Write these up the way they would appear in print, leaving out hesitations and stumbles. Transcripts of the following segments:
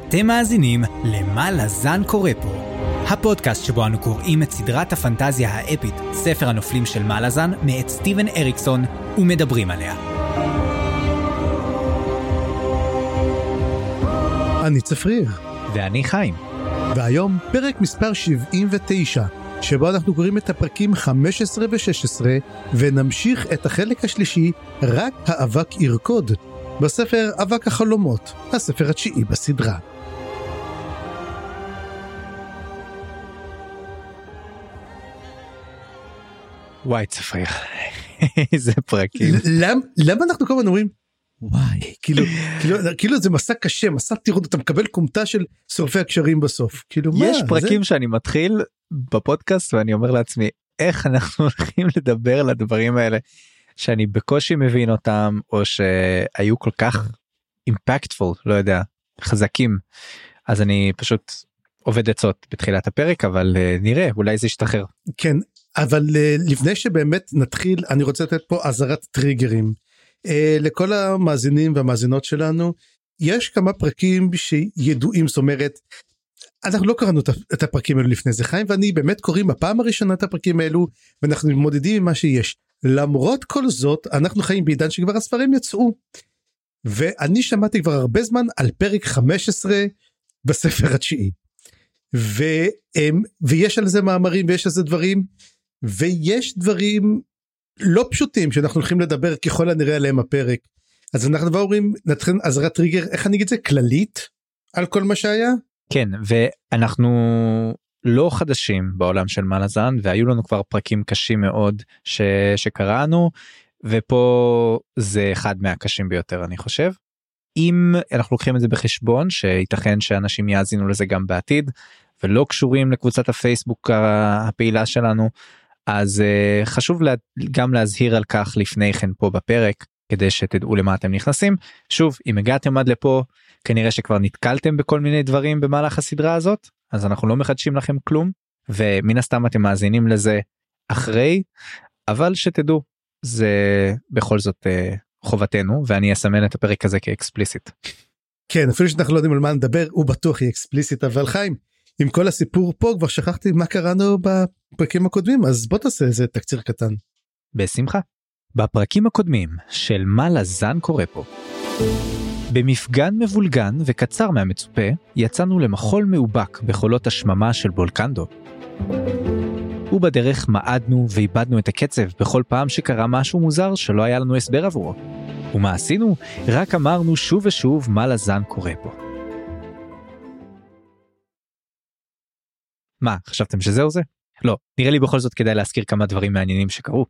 אתם מאזינים למה לזן קורא פה, הפודקאסט שבו אנו קוראים את סדרת הפנטזיה האפית ספר הנופלים של מה לזן מאת סטיבן אריקסון ומדברים עליה. אני צפריר. ואני חיים. והיום פרק מספר 79, שבו אנחנו קוראים את הפרקים 15 ו-16, ונמשיך את החלק השלישי, רק האבק ירקוד, בספר אבק החלומות, הספר התשיעי בסדרה. וואי צפריר, איזה פרקים. למה אנחנו כל הזמן אומרים, וואי, כאילו זה מסע קשה, מסע טירות, אתה מקבל קומתה של שורפי הקשרים בסוף. יש פרקים שאני מתחיל בפודקאסט ואני אומר לעצמי, איך אנחנו הולכים לדבר על הדברים האלה, שאני בקושי מבין אותם, או שהיו כל כך אימפקטפול, לא יודע, חזקים. אז אני פשוט עובד עצות בתחילת הפרק, אבל נראה, אולי זה ישתחרר. כן, אבל לפני שבאמת נתחיל, אני רוצה לתת פה עזרת טריגרים. לכל המאזינים והמאזינות שלנו, יש כמה פרקים שידועים, זאת אומרת, אנחנו לא קראנו את הפרקים האלו לפני זה, חיים ואני באמת קוראים בפעם הראשונה את הפרקים האלו, ואנחנו מתמודדים עם מה שיש. למרות כל זאת, אנחנו חיים בעידן שכבר הספרים יצאו, ואני שמעתי כבר הרבה זמן על פרק 15 בספר התשיעי, ויש על זה מאמרים ויש על זה דברים, ויש דברים לא פשוטים שאנחנו הולכים לדבר ככל הנראה עליהם הפרק. אז אנחנו כבר אומרים, נתחיל עזרת טריגר, איך אני אגיד זה, כללית על כל מה שהיה? כן, ואנחנו לא חדשים בעולם של מה לזן, והיו לנו כבר פרקים קשים מאוד שקראנו, ופה זה אחד מהקשים ביותר אני חושב. אם אנחנו לוקחים את זה בחשבון, שייתכן שאנשים יאזינו לזה גם בעתיד, ולא קשורים לקבוצת הפייסבוק הפעילה שלנו, אז חשוב גם להזהיר על כך לפני כן פה בפרק, כדי שתדעו למה אתם נכנסים. שוב, אם הגעתם עד לפה, כנראה שכבר נתקלתם בכל מיני דברים במהלך הסדרה הזאת, אז אנחנו לא מחדשים לכם כלום, ומן הסתם אתם מאזינים לזה אחרי, אבל שתדעו, זה בכל זאת חובתנו, ואני אסמן את הפרק הזה כאקספליסיט. כן, אפילו שאנחנו לא יודעים על מה נדבר, הוא בטוח יהיה אקספליסיט, אבל חיים, עם כל הסיפור פה כבר שכחתי מה קראנו בפרקים הקודמים, אז בוא תעשה איזה תקציר קטן. בשמחה. בפרקים הקודמים של מה לזן קורא פה, במפגן מבולגן וקצר מהמצופה, יצאנו למחול מאובק בחולות השממה של בולקנדו. ובדרך מעדנו ואיבדנו את הקצב בכל פעם שקרה משהו מוזר שלא היה לנו הסבר עבורו. ומה עשינו? רק אמרנו שוב ושוב מה לזן קורא פה. מה, חשבתם שזהו זה? לא, נראה לי בכל זאת כדאי להזכיר כמה דברים מעניינים שקרו.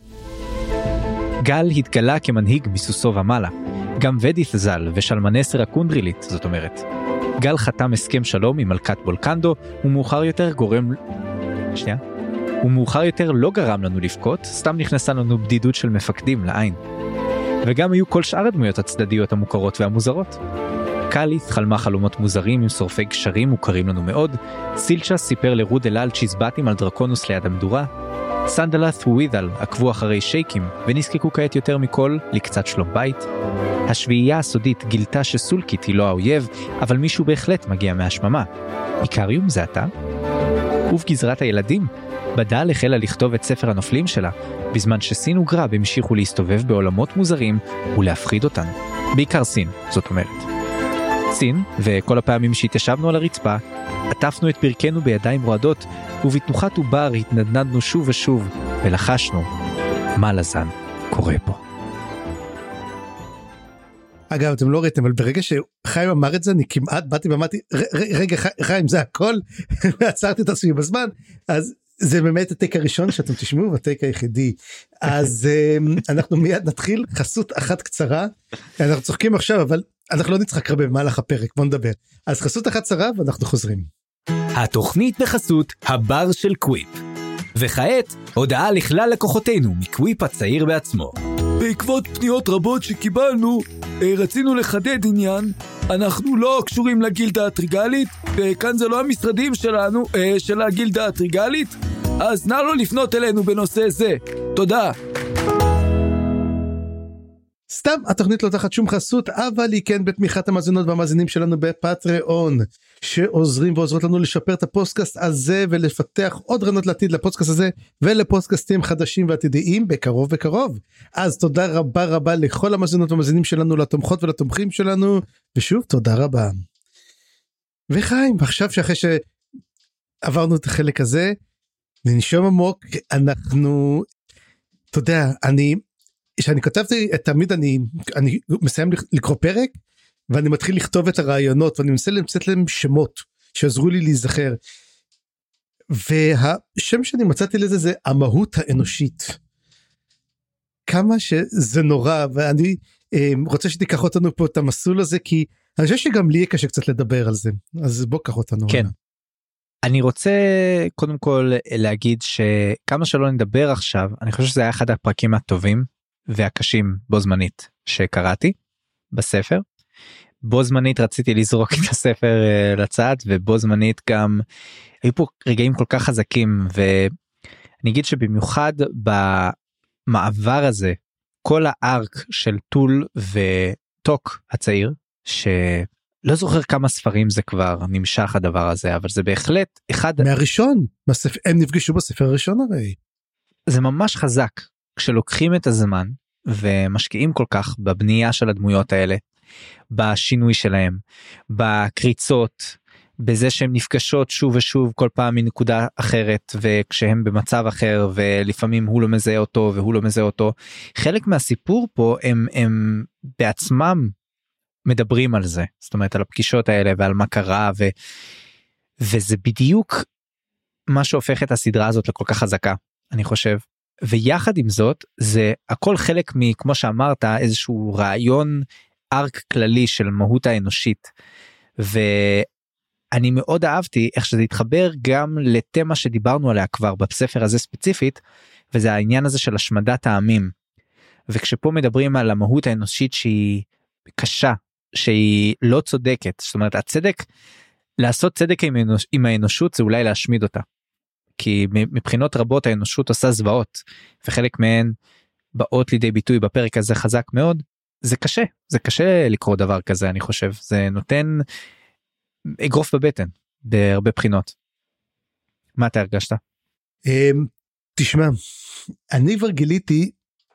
גל התגלה כמנהיג מסוסו ומעלה, גם ודית ז"ל ושלמנסר הקונדרילית, זאת אומרת. גל חתם הסכם שלום עם מלכת בולקנדו, ומאוחר יותר לא גרם לנו לבכות, סתם נכנסה לנו בדידות של מפקדים לעין. וגם היו כל שאר הדמויות הצדדיות המוכרות והמוזרות. קאליס חלמה חלומות מוזרים עם שורפי גשרים מוכרים לנו מאוד, סילצ'ה סיפר לרוד אל צ'יזבטים על דרקונוס ליד המדורה, סנדלת ווידל עקבו אחרי שייקים ונזקקו כעת יותר מכל לקצת שלום בית. השביעייה הסודית גילתה שסולקית היא לא האויב, אבל מישהו בהחלט מגיע מהשממה. איקריום זה אתה? ובגזרת הילדים, בדל החלה לכתוב את ספר הנופלים שלה, בזמן שסין וגרב המשיכו להסתובב בעולמות מוזרים ולהפחיד אותן. בעיקר סין, זאת אומרת. סין, וכל הפעמים שהתיישבנו על הרצפה, עטפנו את פרקנו בידיים רועדות, ובתנוחת עובר התנדנדנו שוב ושוב, ולחשנו, מה לזן קורה פה. אגב, אתם לא ראיתם, אבל ברגע שחיים אמר את זה, אני כמעט באתי ואמרתי, רגע חיים, זה הכל, ועצרתי את עצמי בזמן, אז זה באמת הטייק הראשון שאתם תשמעו, והטייק היחידי. אז אנחנו מיד נתחיל, חסות אחת קצרה, אנחנו צוחקים עכשיו, אבל אנחנו לא נצחק הרבה במהלך הפרק, בוא נדבר. אז חסות אחת קצרה, ואנחנו חוזרים. התוכנית בחסות הבר של קוויפ. וכעת, הודעה לכלל לקוחותינו מקוויפ הצעיר בעצמו. בעקבות פניות רבות שקיבלנו, רצינו לחדד עניין, אנחנו לא קשורים לגילדה הטריגלית, וכאן זה לא המשרדים שלנו, של הגילדה הטריגלית, אז נא לא לפנות אלינו בנושא זה. תודה. סתם, התוכנית לא תחת שום חסות, אבל היא כן בתמיכת המאזינות והמאזינים שלנו בפטריון, שעוזרים ועוזרות לנו לשפר את הפודקאסט הזה, ולפתח עוד רעיונות לעתיד לפודקאסט הזה, ולפודקאסטים חדשים ועתידיים בקרוב. אז תודה רבה רבה לכל המאזינות והמאזינים שלנו, לתומכות ולתומכים שלנו, ושוב תודה רבה. וחיים, עכשיו שאחרי שעברנו את החלק הזה, ננשום עמוק, אנחנו, אתה יודע, כשאני כתבתי, תמיד אני מסיים לקרוא פרק, ואני מתחיל לכתוב את הרעיונות, ואני מנסה למצאת להם שמות, שעזרו לי להיזכר, והשם שאני מצאתי לזה, זה המהות האנושית, כמה שזה נורא, ואני רוצה שתיקח אותנו פה את המסלול הזה, כי אני חושב שגם לי יהיה קשה קצת לדבר על זה, אז בוא קח אותנו. כן. אני רוצה קודם כל להגיד שכמה שלא נדבר עכשיו, אני חושב שזה היה אחד הפרקים הטובים והקשים בו זמנית שקראתי בספר. בו זמנית רציתי לזרוק את הספר לצד, ובו זמנית גם היו פה רגעים כל כך חזקים, ואני אגיד שבמיוחד במעבר הזה, כל הארק של טול וטוק הצעיר, שלא זוכר כמה ספרים זה כבר נמשך הדבר הזה, אבל זה בהחלט אחד מהראשון, הם נפגשו בספר הראשון הרי. זה ממש חזק כשלוקחים את הזמן ומשקיעים כל כך בבנייה של הדמויות האלה, בשינוי שלהם, בקריצות, בזה שהן נפגשות שוב ושוב כל פעם מנקודה אחרת, וכשהם במצב אחר ולפעמים הוא לא מזהה אותו והוא לא מזהה אותו. חלק מהסיפור פה הם בעצמם מדברים על זה, זאת אומרת על הפגישות האלה ועל מה קרה, וזה בדיוק מה שהופך את הסדרה הזאת לכל כך חזקה, אני חושב. ויחד עם זאת, זה הכל חלק כמו שאמרת, איזשהו רעיון ארק כללי של מהות האנושית, ואני מאוד אהבתי איך שזה התחבר גם לתמה שדיברנו עליה כבר בספר הזה ספציפית, וזה העניין הזה של השמדת העמים. וכשפה מדברים על המהות האנושית שהיא קשה, שהיא לא צודקת, זאת אומרת הצדק, לעשות צדק עם האנושות זה אולי להשמיד אותה, כי מבחינות רבות האנושות עושה זוועות, וחלק מהן באות לידי ביטוי בפרק הזה חזק מאוד. זה קשה לקרוא דבר כזה, אני חושב, זה נותן אגרוף בבטן בהרבה בחינות. מה אתה הרגשת? תשמע, אני כבר גיליתי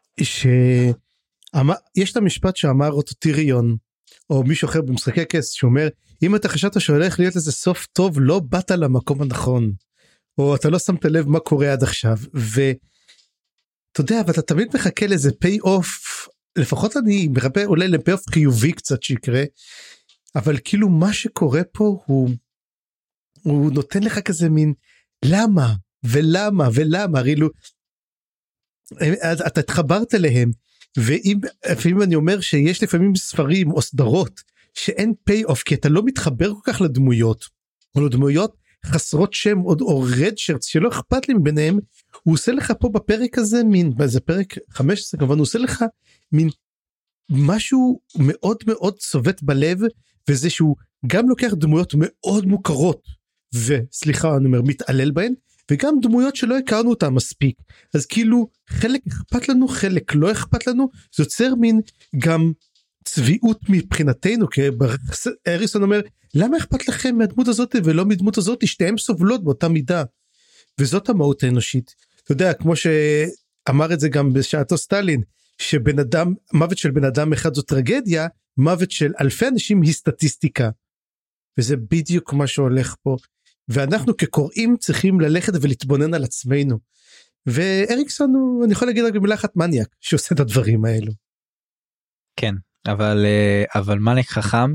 שיש את המשפט שאמר אותו טיריון, או מישהו אחר במשחקי כס, שאומר, אם אתה חשבת שהולך להיות לזה סוף טוב, לא באת למקום הנכון, או אתה לא שמת לב מה קורה עד עכשיו, ואתה יודע, אבל אתה תמיד מחכה לאיזה פי אוף, לפחות אני מחכה אולי לפי אוף חיובי קצת שיקרה, אבל כאילו מה שקורה פה, הוא נותן לך כזה מין, למה, ולמה, הרי אתה התחברת אליהם, ואם אני אומר שיש לפעמים ספרים או סדרות, שאין פי אוף, כי אתה לא מתחבר כל כך לדמויות, או לדמויות חסרות שם, או רד שרץ, שלא אכפת לי מביניהם, הוא עושה לך פה בפרק הזה, זה פרק 15 כמובן, הוא עושה לך מין משהו מאוד מאוד צובט בלב, וזה שהוא גם לוקח דמויות מאוד מוכרות, וסליחה אני אומר מתעלל בהן, וגם דמויות שלא הכרנו אותן מספיק, אז כאילו חלק אכפת לנו, חלק לא אכפת לנו, זה יוצר מין גם צביעות מבחינתנו, כי אריסון אומר, למה אכפת לכם מהדמות הזאת ולא מדמות הזאת, שתיהם סובלות באותה מידה, וזאת המהות האנושית. אתה יודע, כמו שאמר את זה גם בשעתו סטלין, שבן אדם, מוות של בן אדם אחד זו טרגדיה, מוות של אלפי אנשים היא סטטיסטיקה, וזה בדיוק מה שהולך פה, ואנחנו כקוראים צריכים ללכת ולהתבונן על עצמנו, ואריקסון הוא, אני יכול להגיד רק במילה אחת, מניאק, שעושה את הדברים האלו. כן, אבל מניאק חכם,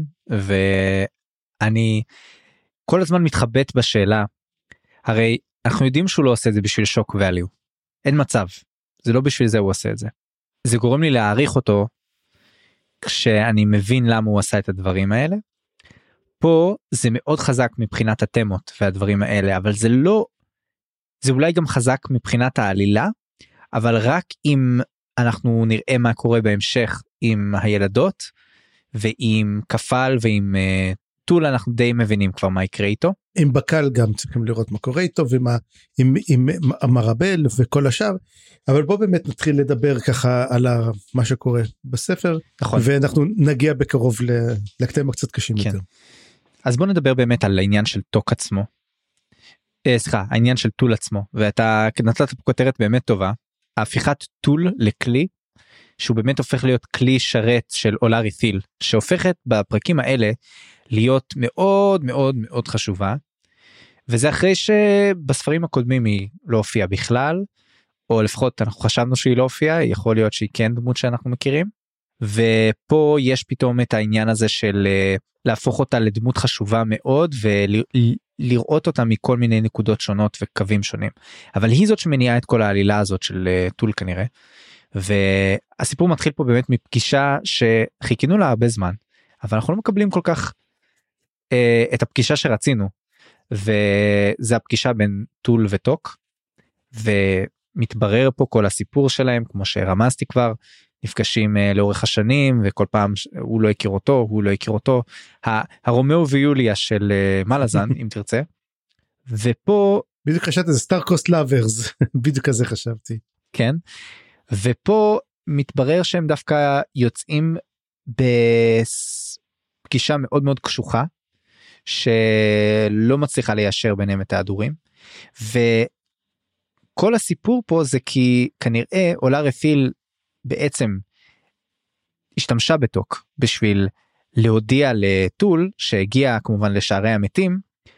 ואני כל הזמן מתחבט בשאלה, הרי אנחנו יודעים שהוא לא עושה את זה בשביל שוק ואליו, אין מצב, זה לא בשביל זה הוא עושה את זה, זה גורם לי להעריך אותו, כשאני מבין למה הוא עשה את הדברים האלה, פה זה מאוד חזק מבחינת התמות והדברים האלה, אבל זה לא, זה אולי גם חזק מבחינת העלילה, אבל רק אם אנחנו נראה מה קורה בהמשך עם הילדות, ועם כפל ועם טול אנחנו די מבינים כבר מה יקרה איתו. עם בקל גם צריכים לראות מה קורה איתו, עם המרבל וכל השאר, אבל בוא באמת נתחיל לדבר ככה על מה שקורה בספר, נכון. ואנחנו נגיע בקרוב לקטעים קצת קשים כן. יותר. אז בוא נדבר באמת על העניין של טוק עצמו. העניין של טול עצמו, ואתה נתת פה כותרת באמת טובה, ההפיכת טול לכלי, שהוא באמת הופך להיות כלי שרת של אולארי תיל, שהופכת בפרקים האלה להיות מאוד מאוד מאוד חשובה, וזה אחרי שבספרים הקודמים היא לא הופיעה בכלל, או לפחות אנחנו חשבנו שהיא לא הופיעה, יכול להיות שהיא כן דמות שאנחנו מכירים, ופה יש פתאום את העניין הזה של להפוך אותה לדמות חשובה מאוד, ולראות אותה מכל מיני נקודות שונות וקווים שונים, אבל היא זאת שמניעה את כל העלילה הזאת של טול כנראה, והסיפור מתחיל פה באמת מפגישה שחיכינו לה הרבה זמן, אבל אנחנו לא מקבלים כל כך את הפגישה שרצינו, וזה הפגישה בין טול וטוק, ומתברר פה כל הסיפור שלהם, כמו שרמזתי כבר, נפגשים לאורך השנים, וכל פעם הוא לא הכיר אותו, הוא לא הכיר אותו, הרומאו ויוליה של מלאזן, אם תרצה, ופה... בדיוק חשבתי, זה סטארקוסט לאברס, בדיוק כזה חשבתי. כן, ופה מתברר שהם דווקא יוצאים בפגישה מאוד מאוד קשוחה, שלא מצליחה ליישר ביניהם את ההדורים, וכל הסיפור פה זה כי כנראה אולארי תיל בעצם השתמשה בטוק בשביל להודיע לטול שהגיע כמובן לשערי המתים,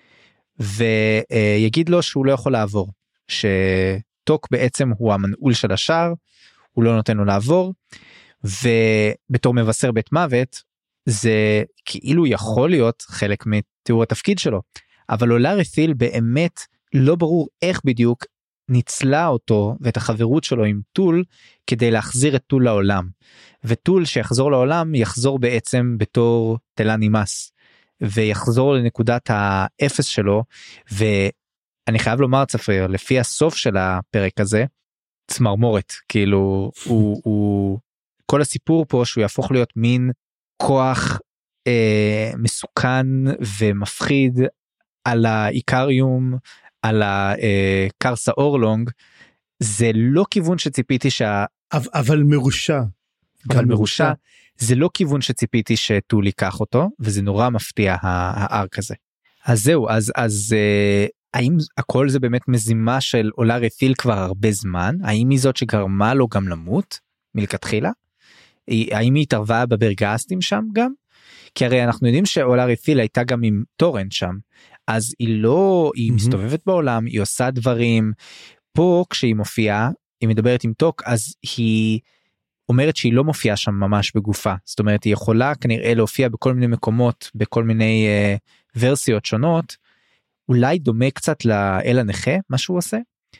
ויגיד לו שהוא לא יכול לעבור, שטוק בעצם הוא המנעול של השער, הוא לא נותן לו לעבור, ובתור מבשר בית מוות, זה כאילו יכול להיות חלק מתיאור התפקיד שלו, אבל אולארי תיל באמת לא ברור איך בדיוק ניצלה אותו ואת החברות שלו עם טול, כדי להחזיר את טול לעולם, וטול שיחזור לעולם יחזור בעצם בתור תלן נימס, ויחזור לנקודת האפס שלו, ואני חייב לומר צפריר, לפי הסוף של הפרק הזה, צמרמורת, כאילו הוא כל הסיפור פה שהוא יהפוך להיות מין כוח מסוכן ומפחיד על האיקריום, על הקרסה אורלונג, זה לא כיוון שציפיתי אבל מרושע. אבל מרושע, זה לא כיוון שציפיתי שטול ייקח אותו, וזה נורא מפתיע הארק הזה. אז זהו, אז האם הכל זה באמת מזימה של אולארי תיל כבר הרבה זמן? האם היא זאת שגרמה לו גם למות מלכתחילה? האם היא התערבה בברגסטים שם גם? כי הרי אנחנו יודעים שאולארי תיל הייתה גם עם טורנט שם, אז היא לא, היא מסתובבת בעולם, היא עושה דברים, פה כשהיא מופיעה, היא מדברת עם טוק, אז היא אומרת שהיא לא מופיעה שם ממש בגופה, זאת אומרת היא יכולה כנראה להופיע בכל מיני מקומות, בכל מיני ורסיות שונות, אולי דומה קצת לאל הנכה, מה שהוא עושה,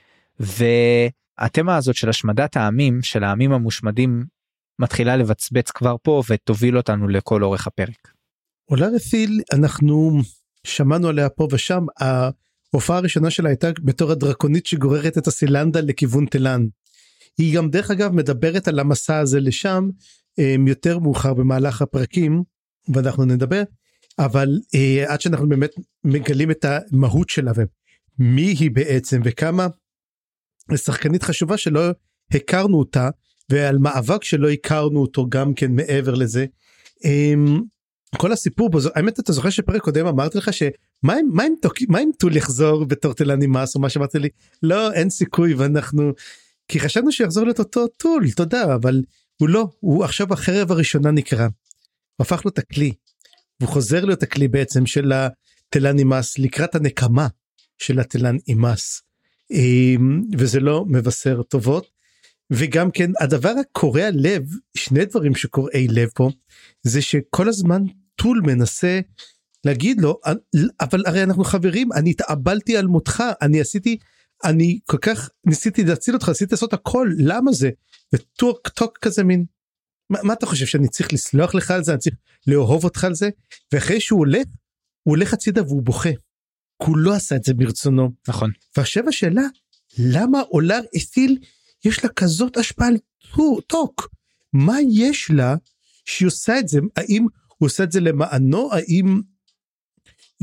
והתמה הזאת של השמדת העמים, של העמים המושמדים, מתחילה לבצבץ כבר פה, ותוביל אותנו לכל אורך הפרק. אולארי תיל, אנחנו שמענו עליה פה ושם, ההופעה הראשונה שלה הייתה בתור הדרקונית שגוררת את הסילנדה לכיוון תלן. היא גם דרך אגב מדברת על המסע הזה לשם, יותר מאוחר במהלך הפרקים, ואנחנו נדבר, אבל עד שאנחנו באמת מגלים את המהות שלה, ומי היא בעצם, וכמה שחקנית חשובה שלא הכרנו אותה, ועל מאבק שלא הכרנו אותו גם כן מעבר לזה. כל הסיפור בו, האמת אתה זוכר שפרק קודם אמרתי לך שמה אם טול יחזור בתור תלן נימס, או מה שאמרתי לי, לא, אין סיכוי, ואנחנו, כי חשבנו שיחזור לאותו טול, תודה, אבל הוא לא, הוא עכשיו החרב הראשונה נקרא, הוא הפך לו את הכלי, והוא חוזר לו את הכלי בעצם של התלן נימס, לקראת הנקמה של התלן נימס, וזה לא מבשר טובות, וגם כן הדבר הקורע לב, שני דברים שקורעי לב פה, זה שכל הזמן טול מנסה להגיד לו, אבל הרי אנחנו חברים, אני התאבלתי על מותך, אני כל כך ניסיתי להציל אותך, ניסיתי לעשות הכל, למה זה? וטוק כזה מין, מה אתה חושב שאני צריך לסלוח לך על זה, אני צריך לאהוב אותך על זה? ואחרי שהוא הולך הצידה והוא בוכה, הוא לא עשה את זה ברצונו. נכון. ועכשיו השאלה, למה אולארי תיל יש לה כזאת השפעה על טוק? מה יש לה שהיא עושה את זה? האם הוא עושה את זה למענו? האם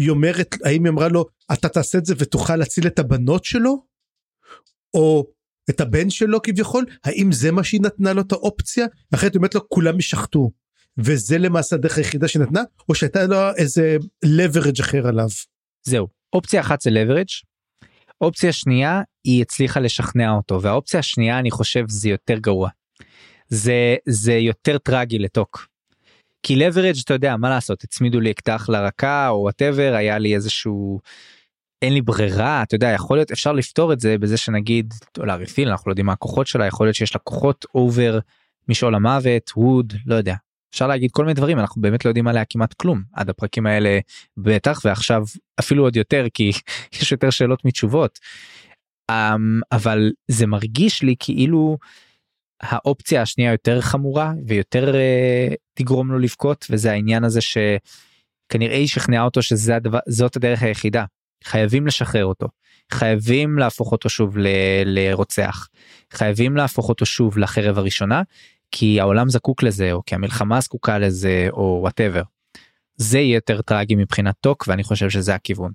היא אומרת, האם היא אמרה לו, אתה תעשה את זה ותוכל להציל את הבנות שלו? או את הבן שלו כביכול? האם זה מה שהיא נתנה לו את האופציה? אחרת היא אומרת לו, כולם ישחטו. וזה למעשה הדרך היחידה שנתנה, או שהייתה לו איזה leverage אחר עליו? זהו, אופציה אחת זה leverage, אופציה שנייה היא הצליחה לשכנע אותו, והאופציה השנייה אני חושב זה יותר גרוע. זה יותר טרגי לתוק. כי leverage, אתה יודע, מה לעשות, הצמידו לי אקדח לרקה או whatever, היה לי איזשהו, אין לי ברירה, אתה יודע, יכול להיות, אפשר לפתור את זה בזה שנגיד, או להריפיל, אנחנו לא יודעים מה הכוחות שלה, יכול להיות שיש לה כוחות over משעול המוות, ווד, לא יודע. אפשר להגיד כל מיני דברים, אנחנו באמת לא יודעים עליה כמעט כלום, עד הפרקים האלה בטח, ועכשיו אפילו עוד יותר, כי יש יותר שאלות מתשובות. אבל זה מרגיש לי כאילו, האופציה השנייה יותר חמורה, ויותר תגרום לו לבכות, וזה העניין הזה שכנראה היא שכנעה אותו שזאת הדרך היחידה. חייבים לשחרר אותו, חייבים להפוך אותו שוב לרוצח, חייבים להפוך אותו שוב לחרב הראשונה, כי העולם זקוק לזה, או כי המלחמה זקוקה לזה, או whatever. זה יהיה יותר טרגי מבחינת תוק, ואני חושב שזה הכיוון.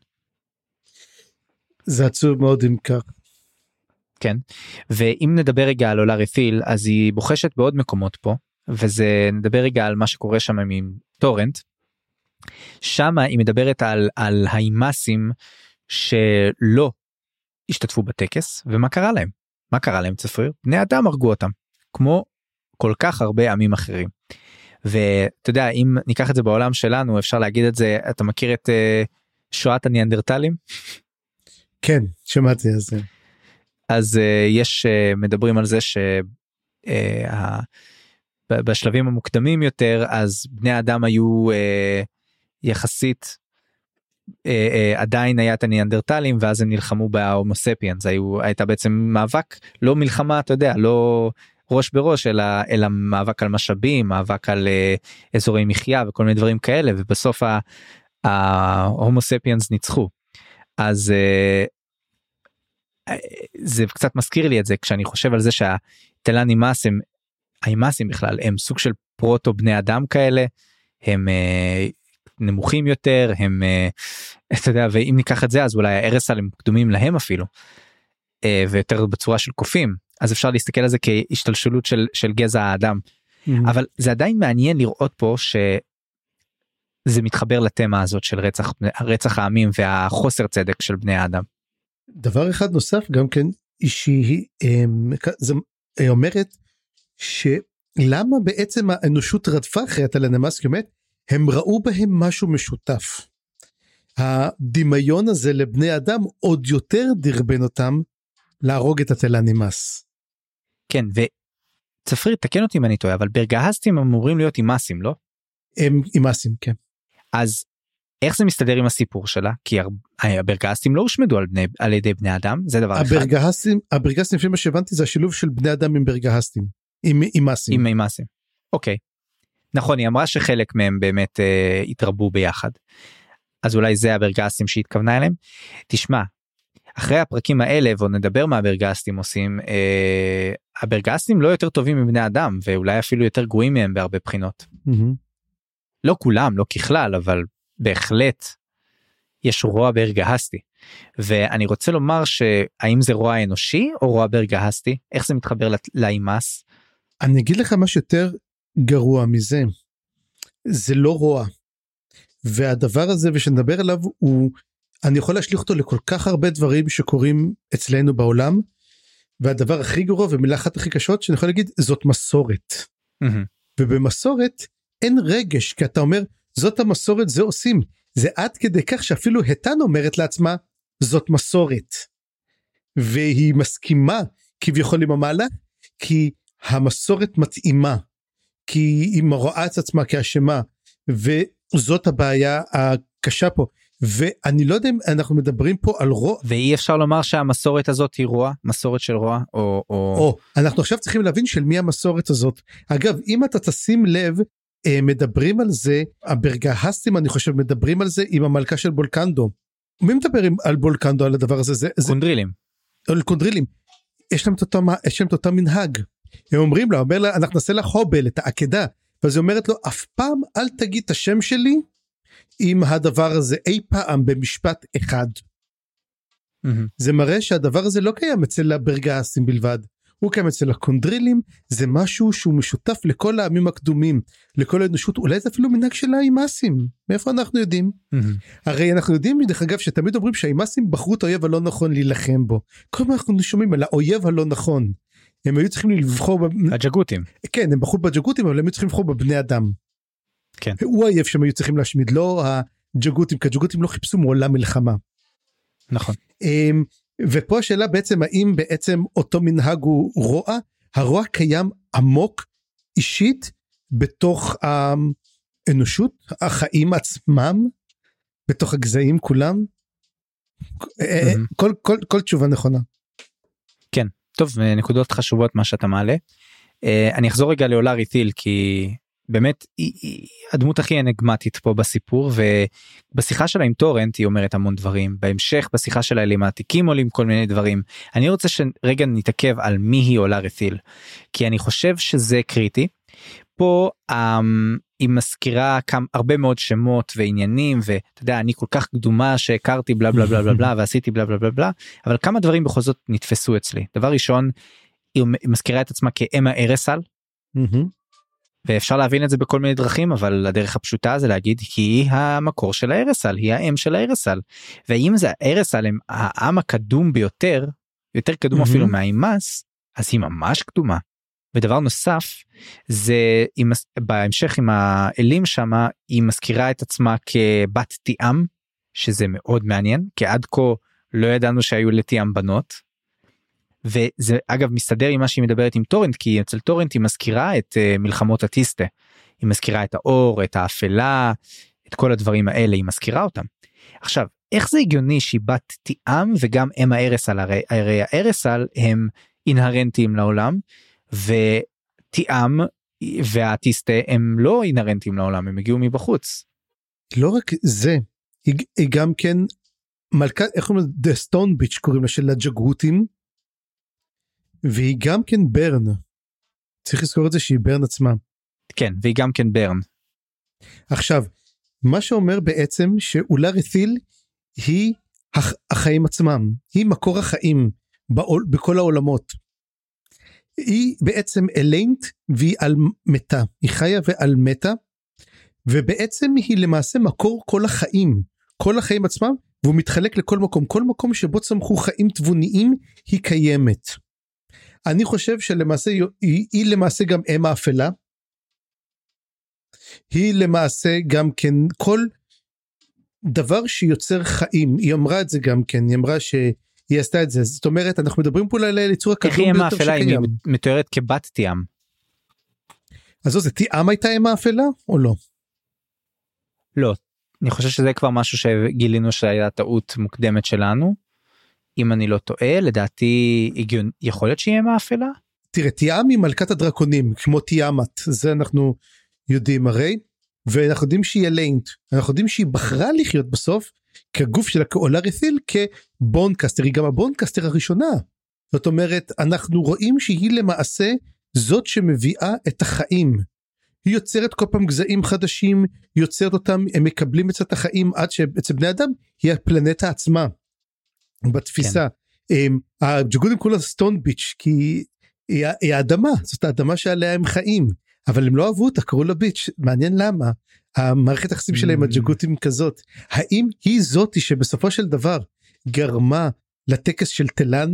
זה עצוב מאוד אם כך. כן, ואם נדבר רגע על אולה רפיל, אז היא בוחשת בעוד מקומות פה, וזה נדבר רגע על מה שקורה שם עם טורנט, שם היא מדברת על האימאסים שלא השתתפו בטקס, ומה קרה להם? מה קרה להם צפריר? בני אדם הרגו אותם, כמו כל כך הרבה עמים אחרים. ואתה יודע, אם ניקח את זה בעולם שלנו, אפשר להגיד את זה, אתה מכיר את שואת הניאנדרטלים? כן, שמעתי על זה. אז יש, מדברים על זה שבשלבים המוקדמים יותר, אז בני אדם היו יחסית, עדיין היה את הניאנדרטלים, ואז הם נלחמו בהומו ספיאנס, הייתה בעצם מאבק, לא מלחמה, אתה יודע, לא ראש בראש, אלא מאבק על משאבים, מאבק על אזורי מחיה, וכל מיני דברים כאלה, ובסוף ההומו ספיאנס ניצחו. אז זה קצת מזכיר לי את זה, כשאני חושב על זה שהתלן האימאסים בכלל, הם סוג של פרוטו בני אדם כאלה, הם נמוכים יותר, הם, אתה יודע, ואם ניקח את זה, אז אולי הארסל הם קדומים להם אפילו, ויותר בצורה של קופים, אז אפשר להסתכל על זה כהשתלשלות של גזע האדם, אבל זה עדיין מעניין לראות פה שזה מתחבר לתמה הזאת של רצח העמים והחוסר צדק של בני האדם. דבר אחד נוסף גם כן, שהיא אומרת שלמה בעצם האנושות רדפה אחרי התלן האימאסי, הם ראו בהם משהו משותף. הדמיון הזה לבני אדם עוד יותר דרבן אותם להרוג את התלן האימאסי. כן, וצפריר, תקן אותי אם אני טועה, אבל ברגהסטים אמורים להיות אימאסים, לא? הם אימאסים, כן. אז איך זה מסתדר עם הסיפור שלה? כי הברגהסטים לא הושמדו על ידי בני אדם, זה דבר אחד. הברגהסטים, לפי מה שהבנתי, זה השילוב של בני אדם עם ברגהסטים, עם אימאסים. עם אימאסים, אוקיי. נכון, היא אמרה שחלק מהם באמת התרבו ביחד. אז אולי זה הברגהסטים שהתכוונה אליהם. תשמע, אחרי הפרקים האלה, ועוד נדבר מה הברגהסטים עושים, הברגהסטים לא יותר טובים מבני אדם, ואולי אפילו יותר גרועים מהם בהרבה בחינות. לא כולם, לא ככלל, אבל בהחלט יש רוע ברגהסטי. ואני רוצה לומר שהאם זה רוע אנושי או רוע ברגהסטי? איך זה מתחבר לאימאס? אני אגיד לך משהו יותר גרוע מזה. זה לא רוע. והדבר הזה ושנדבר עליו הוא, אני יכול להשליך אותו לכל כך הרבה דברים שקורים אצלנו בעולם, והדבר הכי גרוע ומילה אחת הכי קשות שאני יכול להגיד, זאת מסורת. ובמסורת אין רגש, כי אתה אומר, זאת המסורת, זה עושים. זה עד כדי כך שאפילו התן אומרת לעצמה, זאת מסורת. והיא מסכימה כביכול עם המעלה, כי המסורת מתאימה, כי היא רואה את עצמה כאשמה, וזאת הבעיה הקשה פה. ואני לא יודע אם אנחנו מדברים פה על רוע. ואי אפשר לומר שהמסורת הזאת היא רוע, מסורת של רוע, או... אנחנו עכשיו צריכים להבין של מי המסורת הזאת. אגב, אם אתה תשים לב, מדברים על זה, הברגהסטים אני חושב מדברים על זה עם המלכה של בולקנדו. מי מדבר על בולקנדו על הדבר הזה? קונדרילים. על קונדרילים. יש להם את אותו מנהג. הם אומרים לה, אומר לה, אנחנו נעשה לה חובל, את העקדה, ואז היא אומרת לו, אף פעם אל תגיד את השם שלי, עם הדבר הזה אי פעם במשפט אחד. זה מראה שהדבר הזה לא קיים אצל הברגסים בלבד, הוא קיים אצל הקונדרילים, זה משהו שהוא משותף לכל העמים הקדומים, לכל האנושות, אולי זה אפילו מנהג של האימאסים, מאיפה אנחנו יודעים? הרי אנחנו יודעים דרך אגב שתמיד אומרים שהאימאסים בחרו את האויב הלא נכון להילחם בו, כל מה אנחנו שומעים על האויב הלא נכון, הם היו צריכים לבחור, הג'גותים. כן, הם בחרו בג'גותים, אבל הם היו צריכים לבחור בבני אדם. כן. הוא האויב שהם היו צריכים להשמיד, לא הג'גותים, כי הג'גותים לא חיפשו מעולם מלחמה. נכון. ופה השאלה בעצם, האם בעצם אותו מנהג הוא רוע? הרוע קיים עמוק, אישית, בתוך האנושות, החיים עצמם, בתוך הגזעים כולם? כל תשובה נכונה. כן, טוב, נקודות חשובות מה שאתה מעלה. אני אחזור רגע לאולארי תיל, כי באמת היא הדמות הכי אנגמטית פה בסיפור, ובשיחה שלה עם טורנט היא אומרת המון דברים, בהמשך בשיחה שלה עם העתיקים עולים כל מיני דברים. אני רוצה שרגע נתעכב על מי היא אולארי תיל, כי אני חושב שזה קריטי. פה היא מזכירה הרבה מאוד שמות ועניינים, ואתה יודע, אני כל כך קדומה שהכרתי בלה בלה בלה בלה בלה, ועשיתי בלה בלה בלה בלה, אבל כמה דברים בכל זאת נתפסו אצלי. דבר ראשון, היא מזכירה את עצמה כאמה ארסל, ואפשר להבין את זה בכל מיני דרכים, אבל הדרך הפשוטה זה להגיד, היא המקור של הארסל, היא האם של הארסל, ואם זה הארסל הם העם הקדום ביותר, יותר קדום אפילו מהאימאס, אז היא ממש קדומה. ודבר נוסף, זה בהמשך עם האלים שמה, היא מזכירה את עצמה כבת תיאם, שזה מאוד מעניין, כי עד כה לא ידענו שהיו לתיאם בנות, וזה אגב מסתדר עם מה שהיא מדברת עם טורנט, כי אצל טורנט היא מזכירה את מלחמות הטיסטה, היא מזכירה את האור, את האפלה, את כל הדברים האלה, היא מזכירה אותם. עכשיו, איך זה הגיוני שהיא בת תיאם וגם אם הארסל, הרי הארסל הם אינהרנטיים לעולם, ותיאם והטיסטה הם לא אינהרנטיים לעולם, הם הגיעו מבחוץ. לא רק זה, היא גם כן מלכת, איך אומרים, The Stone Bitch קוראים לה, של הג'גותים, והיא גם כן ברן. צריך לזכור את זה שהיא ברן עצמה. כן, והיא גם כן ברן. עכשיו, מה שאומר בעצם שאולארי תיל היא החיים עצמם, היא מקור החיים בכל העולמות. היא בעצם אליינט והיא על מתה, היא חיה ועל מתה, ובעצם היא למעשה מקור כל החיים עצמם, והוא מתחלק לכל מקום, כל מקום שבו צמחו חיים תבוניים היא קיימת. אני חושב שלמעשה היא למעשה גם אם האפלה, היא למעשה גם כן כל דבר שיוצר חיים, היא אמרה את זה גם כן, היא אמרה שהיא עשתה את זה, זאת אומרת אנחנו מדברים פה על היצור הקדום ביותר שקיים. היא מתוארת כבת תיאם. אז זה תיאם הייתה אם האפלה או לא? לא, אני חושב שזה כבר משהו שגילינו שהיה טעות מוקדמת שלנו, אם אני לא טועה, לדעתי יכול להיות שיהיה מאפלה? תראה, תיאם היא מלכת הדרקונים, כמו תיאמת, זה אנחנו יודעים הרי, ואנחנו יודעים שהיא אליינט, אנחנו יודעים שהיא בחרה לחיות בסוף, כגוף שלה כאולארי תיל, כבונקסטר, היא גם הבונקסטר הראשונה, זאת אומרת, אנחנו רואים שהיא למעשה זאת שמביאה את החיים, היא יוצרת כל פעם גזעים חדשים, יוצרת אותם, הם מקבלים את החיים, עד שאצל בני אדם, היא הפלנטה עצמה, בתפיסה. הג'גותים קוראים לה סטון ביץ', כי היא האדמה, זאת האדמה שעליה הם חיים, אבל הם לא אהבו אותה, קראו לה ביץ', מעניין למה, המערכת היחסים שלהם הג'גותים כזאת, האם היא זאתי שבסופו של דבר גרמה לטקס של תלן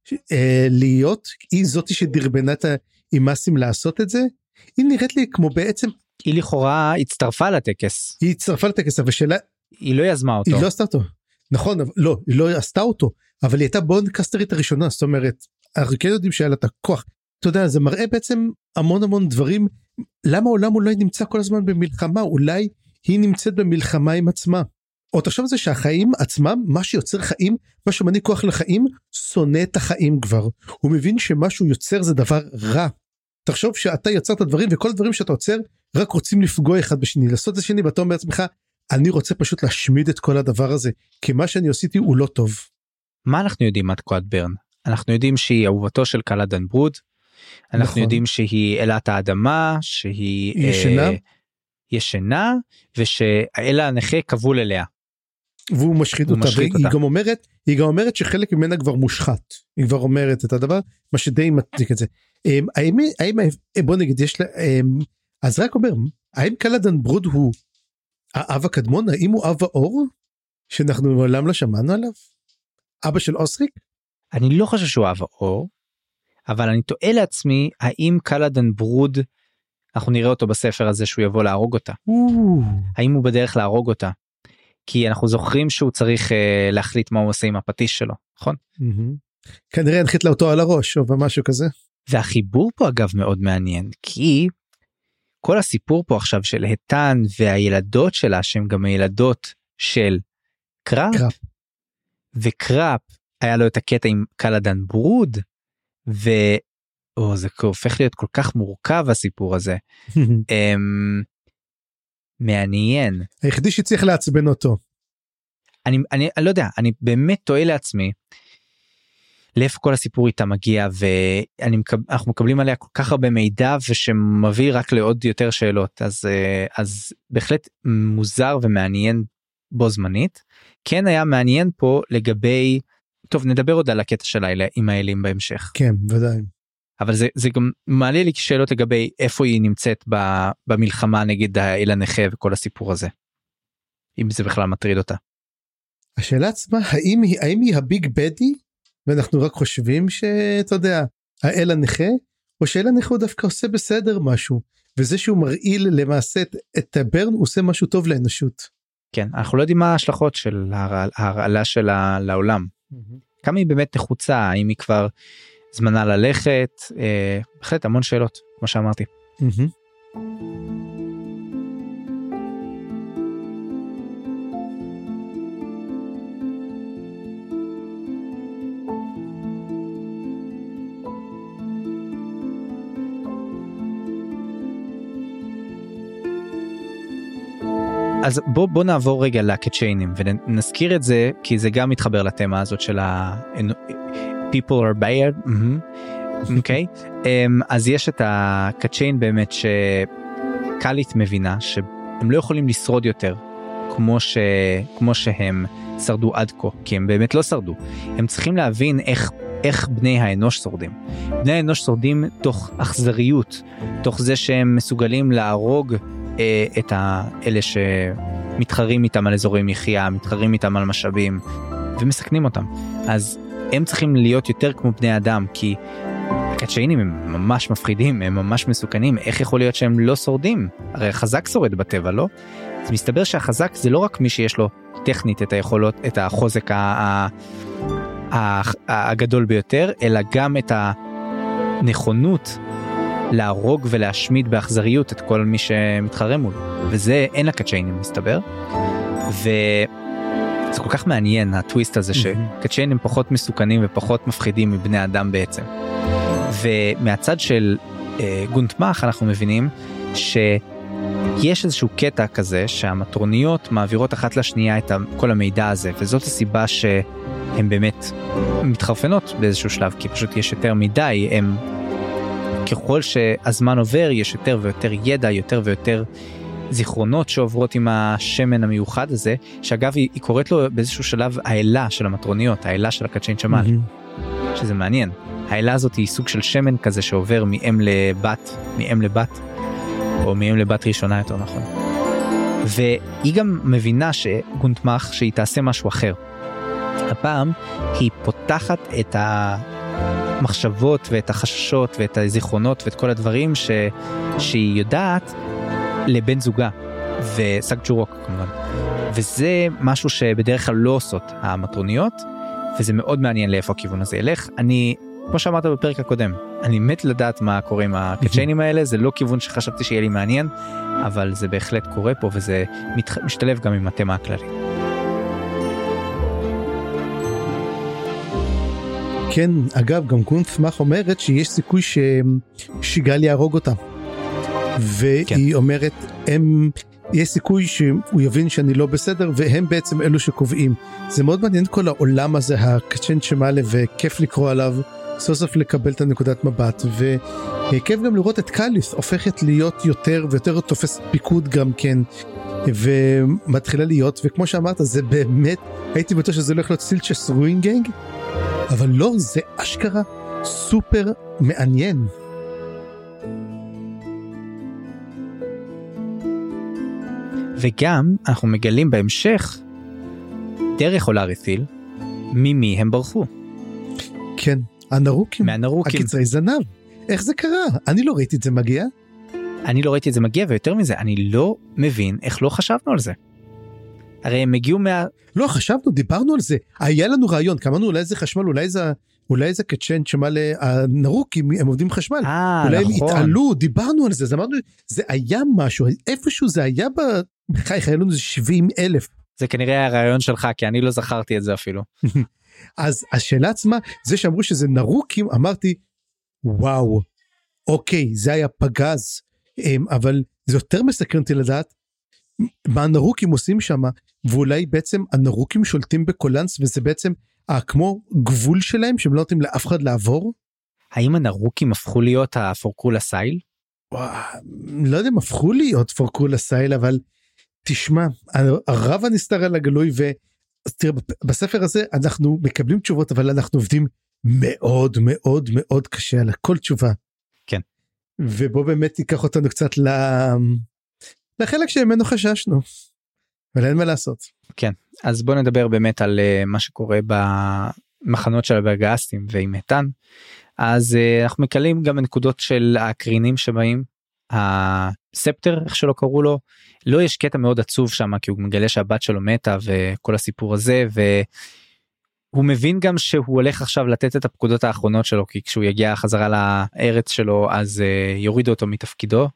להיות, היא זאתי שדרבנה את האימאסים לעשות את זה? היא נראית לי כמו בעצם, היא לכאורה הצטרפה לטקס. היא הצטרפה לטקס, אבל שאלה, היא לא יזמה אותו. היא לא עשתה אותו. נכון, לא, היא לא עשתה אותו, אבל היא הייתה בונקסטרית הראשונה, זאת אומרת, אנחנו כן יודעים שהיה לה את הכוח, אתה יודע, זה מראה בעצם המון דברים, למה העולם אולי נמצא כל הזמן במלחמה, אולי היא נמצאת במלחמה עם עצמה, או תחשוב על זה שהחיים עצמם, מה שיוצר חיים, מה שמעניק כוח לחיים, שונא את החיים כבר, הוא מבין שמשהו יוצר זה דבר רע, תחשוב שאתה יוצר את הדברים, וכל הדברים שאתה עוצר, רק רוצים לפגוע אחד בשני, לעשות את השני, ואתה אומר לעצמך, אני רוצה פשוט להשמיד את כל הדבר הזה, כי מה שאני עשיתי הוא לא טוב. מה אנחנו יודעים עד כה על ברן? אנחנו יודעים שהיא אהובתו של קלאדן ברוד, אנחנו יודעים שהיא אלת האדמה, שהיא ישנה, ישנה, ושהאל הנכה כבול אליה. והוא משחית אותה, והיא גם אומרת שחלק ממנה כבר מושחת, היא כבר אומרת את הדבר, מה שדי מצדיק את זה. בוא נגיד, יש לה, אז רק אומר, האם קלאדן ברוד הוא האב הקדמון, האם הוא אב האור, שאנחנו מעולם לא שמענו עליו? אבא של אוסריק? אני לא חושב שהוא אב האור, אבל אני תוהה לעצמי, האם קלאדן ברוד, אנחנו נראה אותו בספר הזה שהוא יבוא להרוג אותה. האם הוא בדרך להרוג אותה? כי אנחנו זוכרים שהוא צריך להחליט מה הוא עושה עם הפטיש שלו, נכון? כנראה הנחית לה אותו על הראש או משהו כזה. והחיבור פה אגב מאוד מעניין, כי כל הסיפור פה עכשיו של היטן והילדות שלה, שהן גם הילדות של קראפ, וקראפ היה לו את הקטע עם קלאדן ברוד, זה הופך להיות כל כך מורכב הסיפור הזה. מעניין. היחידי שצריך לעצבן אותו. אני לא יודע, אני באמת טועה לעצמי, לאיפה כל הסיפור איתה מגיע, ואנחנו מקבלים עליה כל כך הרבה מידע, ושמביא רק לעוד יותר שאלות, אז בהחלט מוזר ומעניין בו זמנית. כן היה מעניין פה לגבי, טוב נדבר עוד על הקטע שלה עם האלים בהמשך. כן, ודאי. אבל זה גם מעלה לי שאלות לגבי איפה היא נמצאת במלחמה נגד האל הנכה וכל הסיפור הזה. אם זה בכלל מטריד אותה. השאלה עצמה, האם היא הביג בדי, ואנחנו רק חושבים שאתה יודע, האל הנכה, או שהאל הנכה הוא דווקא עושה בסדר משהו, וזה שהוא מרעיל למעשה את הברן, הוא עושה משהו טוב לאנושות. כן, אנחנו לא יודעים מה ההשלכות של ההרעלה שלה לעולם. כמה היא באמת נחוצה, האם היא כבר זמנה ללכת, בהחלט המון שאלות, כמו שאמרתי. אז בוא נעבור רגע לקצ'יינים ונזכיר את זה, כי זה גם מתחבר לתמה הזאת של people are bad, אוקיי? אז יש את הקצ'יין באמת שקלית מבינה שהם לא יכולים לשרוד יותר כמו שהם שרדו עד כה, כי הם באמת לא שרדו. הם צריכים להבין איך בני האנוש שורדים. בני האנוש שורדים תוך אכזריות, תוך זה שהם מסוגלים להרוג את האלה שמתחרים איתם על אזורי מחיה, מתחרים איתם על משאבים, ומסכנים אותם. אז הם צריכים להיות יותר כמו בני אדם, כי הקצ'יינים הם ממש מפחידים, הם ממש מסוכנים. איך יכול להיות שהם לא שורדים? הרי החזק שורד בטבע, לא? אז מסתבר שהחזק זה לא רק מי שיש לו טכנית את היכולות, את החוזק הגדול ביותר, אלא גם את הנכונות להרוג ולהשמיד באכזריות את כל מי שמתחרה מול. וזה אין לקצ'יינים מסתבר. וזה כל כך מעניין הטוויסט הזה שקצ'יינים פחות מסוכנים ופחות מפחידים מבני אדם בעצם. ומהצד של גונטמח אנחנו מבינים שיש איזשהו קטע כזה שהמטרוניות מעבירות אחת לשנייה את כל המידע הזה, וזאת הסיבה שהן באמת מתחרפנות באיזשהו שלב, כי פשוט יש יותר מדי, הם ככל שהזמן עובר יש יותר ויותר ידע, יותר ויותר זיכרונות שעוברות עם השמן המיוחד הזה, שאגב היא קוראת לו באיזשהו שלב האלה של המטרוניות, האלה של הקצ'יין שמל, שזה מעניין. האלה הזאת היא סוג של שמן כזה שעובר מאם לבת, או מאם לבת ראשונה יותר נכון. והיא גם מבינה שגונטמח שהיא תעשה משהו אחר. הפעם היא פותחת את המחשבות ואת החששות ואת הזיכרונות ואת כל הדברים שהיא יודעת לבן זוגה וסג'ורוק כמובן. וזה משהו שבדרך כלל לא עושות המטרוניות, וזה מאוד מעניין לאיפה הכיוון הזה ילך. אני, כמו שאמרת בפרק הקודם, אני מת לדעת מה קורה עם הקצ'יינים האלה, זה לא כיוון שחשבתי שיהיה לי מעניין, אבל זה בהחלט קורה פה, וזה משתלב גם עם התמה הכללית. כן, אגב, גם גונטמח אומרת שיש סיכוי ששיגל יהרוג אותה. והיא אומרת, יש סיכוי שהוא יבין שאני לא בסדר, והם בעצם אלו שקובעים. זה מאוד מעניין כל העולם הזה, הקצ'יין שמעלה, וכיף לקרוא עליו, סוף סוף לקבל את הנקודת מבט, וכיף גם לראות את קליס הופכת להיות יותר ויותר תופס פיקוד גם כן, ומתחילה להיות, וכמו שאמרת, זה באמת, הייתי בטוח שזה הולך להיות סילצ'ס רוינגנג, אבל לא, זה אשכרה סופר מעניין. וגם אנחנו מגלים בהמשך, דרך אולרית'יל, ממי הם ברחו. כן, הנרוקים. מהנרוקים. הקצרי זנב. איך זה קרה? אני לא ראיתי את זה מגיע. אני לא ראיתי את זה מגיע, ויותר מזה, אני לא מבין איך לא חשבנו על זה. הרי הם הגיעו לא, חשבנו, דיברנו על זה. היה לנו רעיון, כמנו אולי זה חשמל, אולי זה קצ'ן שמעלה, הנרוקים הם עובדים חשמל. אולי הם התעלו, דיברנו על זה, אז אמרנו, זה היה משהו, איפשהו זה היה בחייך, היה לנו 70,000. זה כנראה הרעיון שלך, כי אני לא זכרתי את זה אפילו. אז השאלה עצמה, זה שאמרו שזה נרוקים, אמרתי, וואו, אוקיי, זה היה פגז, אבל זה יותר מסקרנתי לדעת, מה הנרוקים עושים שם, ואולי בעצם הנרוקים שולטים בקולנס, וזה בעצם כמו גבול שלהם, שהם לא נותנים לאף אחד לעבור? האם הנרוקים הפכו להיות הפורקולה סייל? לא יודע אם הפכו להיות פורקולה סייל, אבל תשמע, הרב הנסתר על הגלוי, ותראה, בספר הזה אנחנו מקבלים תשובות, אבל אנחנו עובדים מאוד מאוד מאוד קשה על כל תשובה. כן. ובוא באמת תיקח אותנו קצת לחלק שממנו חששנו, אבל אין מה לעשות. כן, אז בוא נדבר באמת על מה שקורה במחנות של הברגסטים ועם מתן. אז אנחנו מקלים גם בנקודות של הקרינים שבאים, הספטר, איך שלא קראו לו, לא, יש קטע מאוד עצוב שם, כי הוא מגלה שהבת שלו מתה וכל הסיפור הזה, והוא מבין גם שהוא הולך עכשיו לתת את הפקודות האחרונות שלו, כי כשהוא יגיע חזרה לארץ שלו, אז יורידו אותו מתפקידו,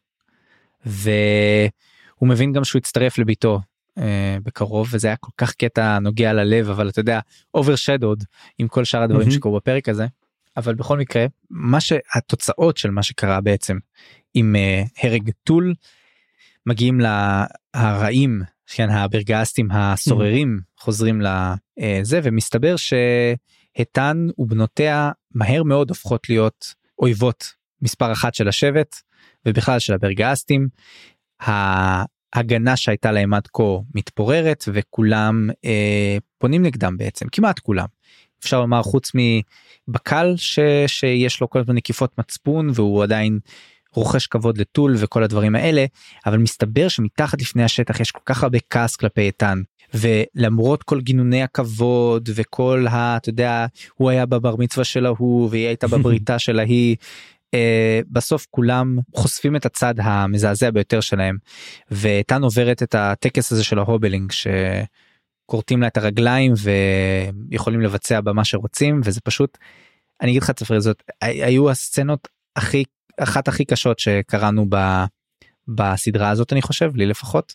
והוא מבין גם שהוא יצטרף לביתו בקרוב, וזה היה כל כך קטע נוגע ללב, אבל אתה יודע, overshadowed עם כל שאר הדברים שקורו בפרק הזה. אבל בכל מקרה, התוצאות של מה שקרה בעצם עם הרג טול, מגיעים להרעים, כן, הברגסטים הסוררים חוזרים לזה, ומסתבר שהתן ובנותיה מהר מאוד הופכות להיות אויבות מספר אחת של השבט, ובכלל של הברגסטים. ההגנה שהייתה להם עד כה מתפוררת, וכולם פונים נגדם בעצם, כמעט כולם. אפשר לומר חוץ מבקל שיש לו כל הזמן נקיפות מצפון, והוא עדיין רוכש כבוד לטול וכל הדברים האלה, אבל מסתבר שמתחת לפני השטח יש כל כך הרבה כעס כלפי איתן, ולמרות כל גינוני הכבוד וכל אתה יודע, הוא היה בבר מצווה של ההוא, והיא הייתה בבריתה של ההיא, בסוף כולם חושפים את הצד המזעזע ביותר שלהם, ואיתן עוברת את הטקס הזה של ההובלינג, שקורטים לה את הרגליים ויכולים לבצע במה שרוצים, וזה פשוט, אני אגיד לך צפרי, זאת היו הסצנות אחת הכי קשות שקראנו בסדרה הזאת, אני חושב, לי לפחות,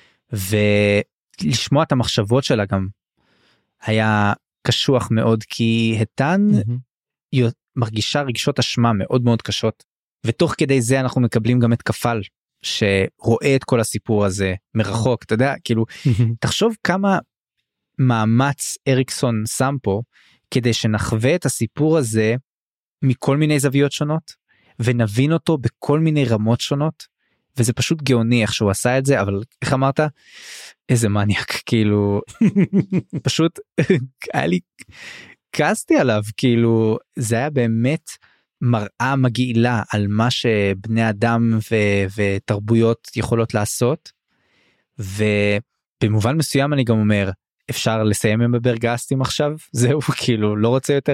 ולשמוע את המחשבות שלה גם היה קשוח מאוד, כי איתן מרגישה רגשות אשמה מאוד מאוד קשות, ותוך כדי זה אנחנו מקבלים גם את כפל, שרואה את כל הסיפור הזה מרחוק, אתה יודע, כאילו, תחשוב כמה מאמץ אריקסון שם פה, כדי שנחווה את הסיפור הזה, מכל מיני זוויות שונות, ונבין אותו בכל מיני רמות שונות, וזה פשוט גאוני איך שהוא עשה את זה, אבל איך אמרת? איזה מניאק, כאילו, פשוט, היה לי, כעסתי עליו, כאילו, זה היה באמת מראה מגעילה, על מה שבני אדם ותרבויות יכולות לעשות, ובמובן מסוים אני גם אומר, אפשר לסיים עם הברגסטים עכשיו? זהו, כאילו, לא רוצה יותר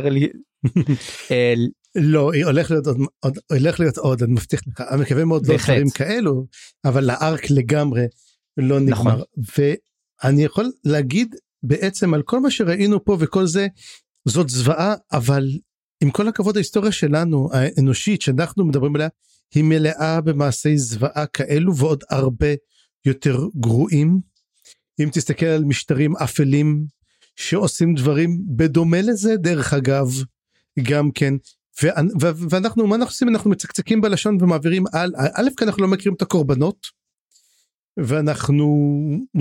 לא, הולך להיות עוד, אני מבטיח לך, אני מקווה מאוד לא דברים כאלו, אבל הארק לגמרי לא נגמר, ואני יכול להגיד בעצם על כל מה שראינו פה וכל זה, זאת זוועה, אבל עם כל הכבוד ההיסטוריה שלנו, האנושית שאנחנו מדברים עליה, היא מלאה במעשי זוועה כאלו, ועוד הרבה יותר גרועים. אם תסתכל על משטרים אפלים, שעושים דברים בדומה לזה, דרך אגב, גם כן, ואנחנו, מה אנחנו עושים? אנחנו מצקצקים בלשון ומעבירים א', כי אנחנו לא מכירים את הקורבנות, ואנחנו,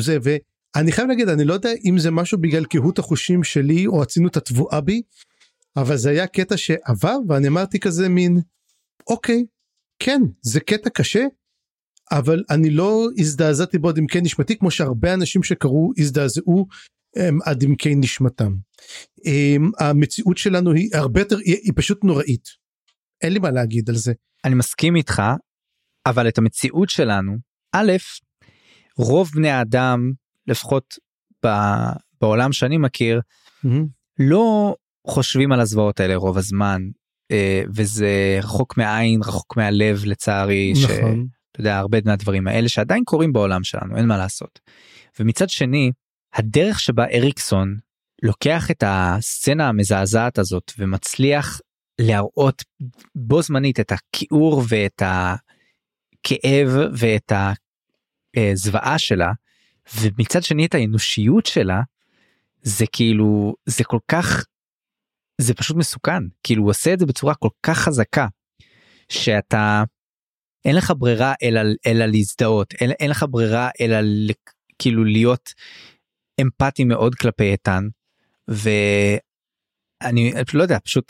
ואני חייב להגיד, אני לא יודע אם זה משהו בגלל קהות החושים שלי, או הצינות התבואה בי, אבל זה היה קטע שעבר, ואני אמרתי כזה מין, אוקיי, כן, זה קטע קשה, אבל אני לא הזדעזעתי בו עד עמקי נשמתי, כמו שהרבה אנשים שקראו הזדעזעו עד עמקי נשמתם. המציאות שלנו היא הרבה יותר, היא פשוט נוראית. אין לי מה להגיד על זה. אני מסכים איתך, אבל את המציאות שלנו, א', רוב בני האדם, לפחות בעולם שאני מכיר, לא חושבים על הזוועות האלה רוב הזמן, וזה רחוק מהעין, רחוק מהלב לצערי, נכון. אתה יודע, הרבה מהדברים האלה שעדיין קורים בעולם שלנו, אין מה לעשות. ומצד שני, הדרך שבה אריקסון לוקח את הסצנה המזעזעת הזאת, ומצליח להראות בו זמנית את הכיעור ואת הכאב ואת הזוועה שלה, ומצד שני את האנושיות שלה, זה כאילו, זה כל כך, זה פשוט מסוכן, כאילו הוא עושה את זה בצורה כל כך חזקה, שאתה, אין לך ברירה אלא להזדהות, אין לך ברירה אלא כאילו להיות אמפתי מאוד כלפי איתן, ואני לא יודע, פשוט,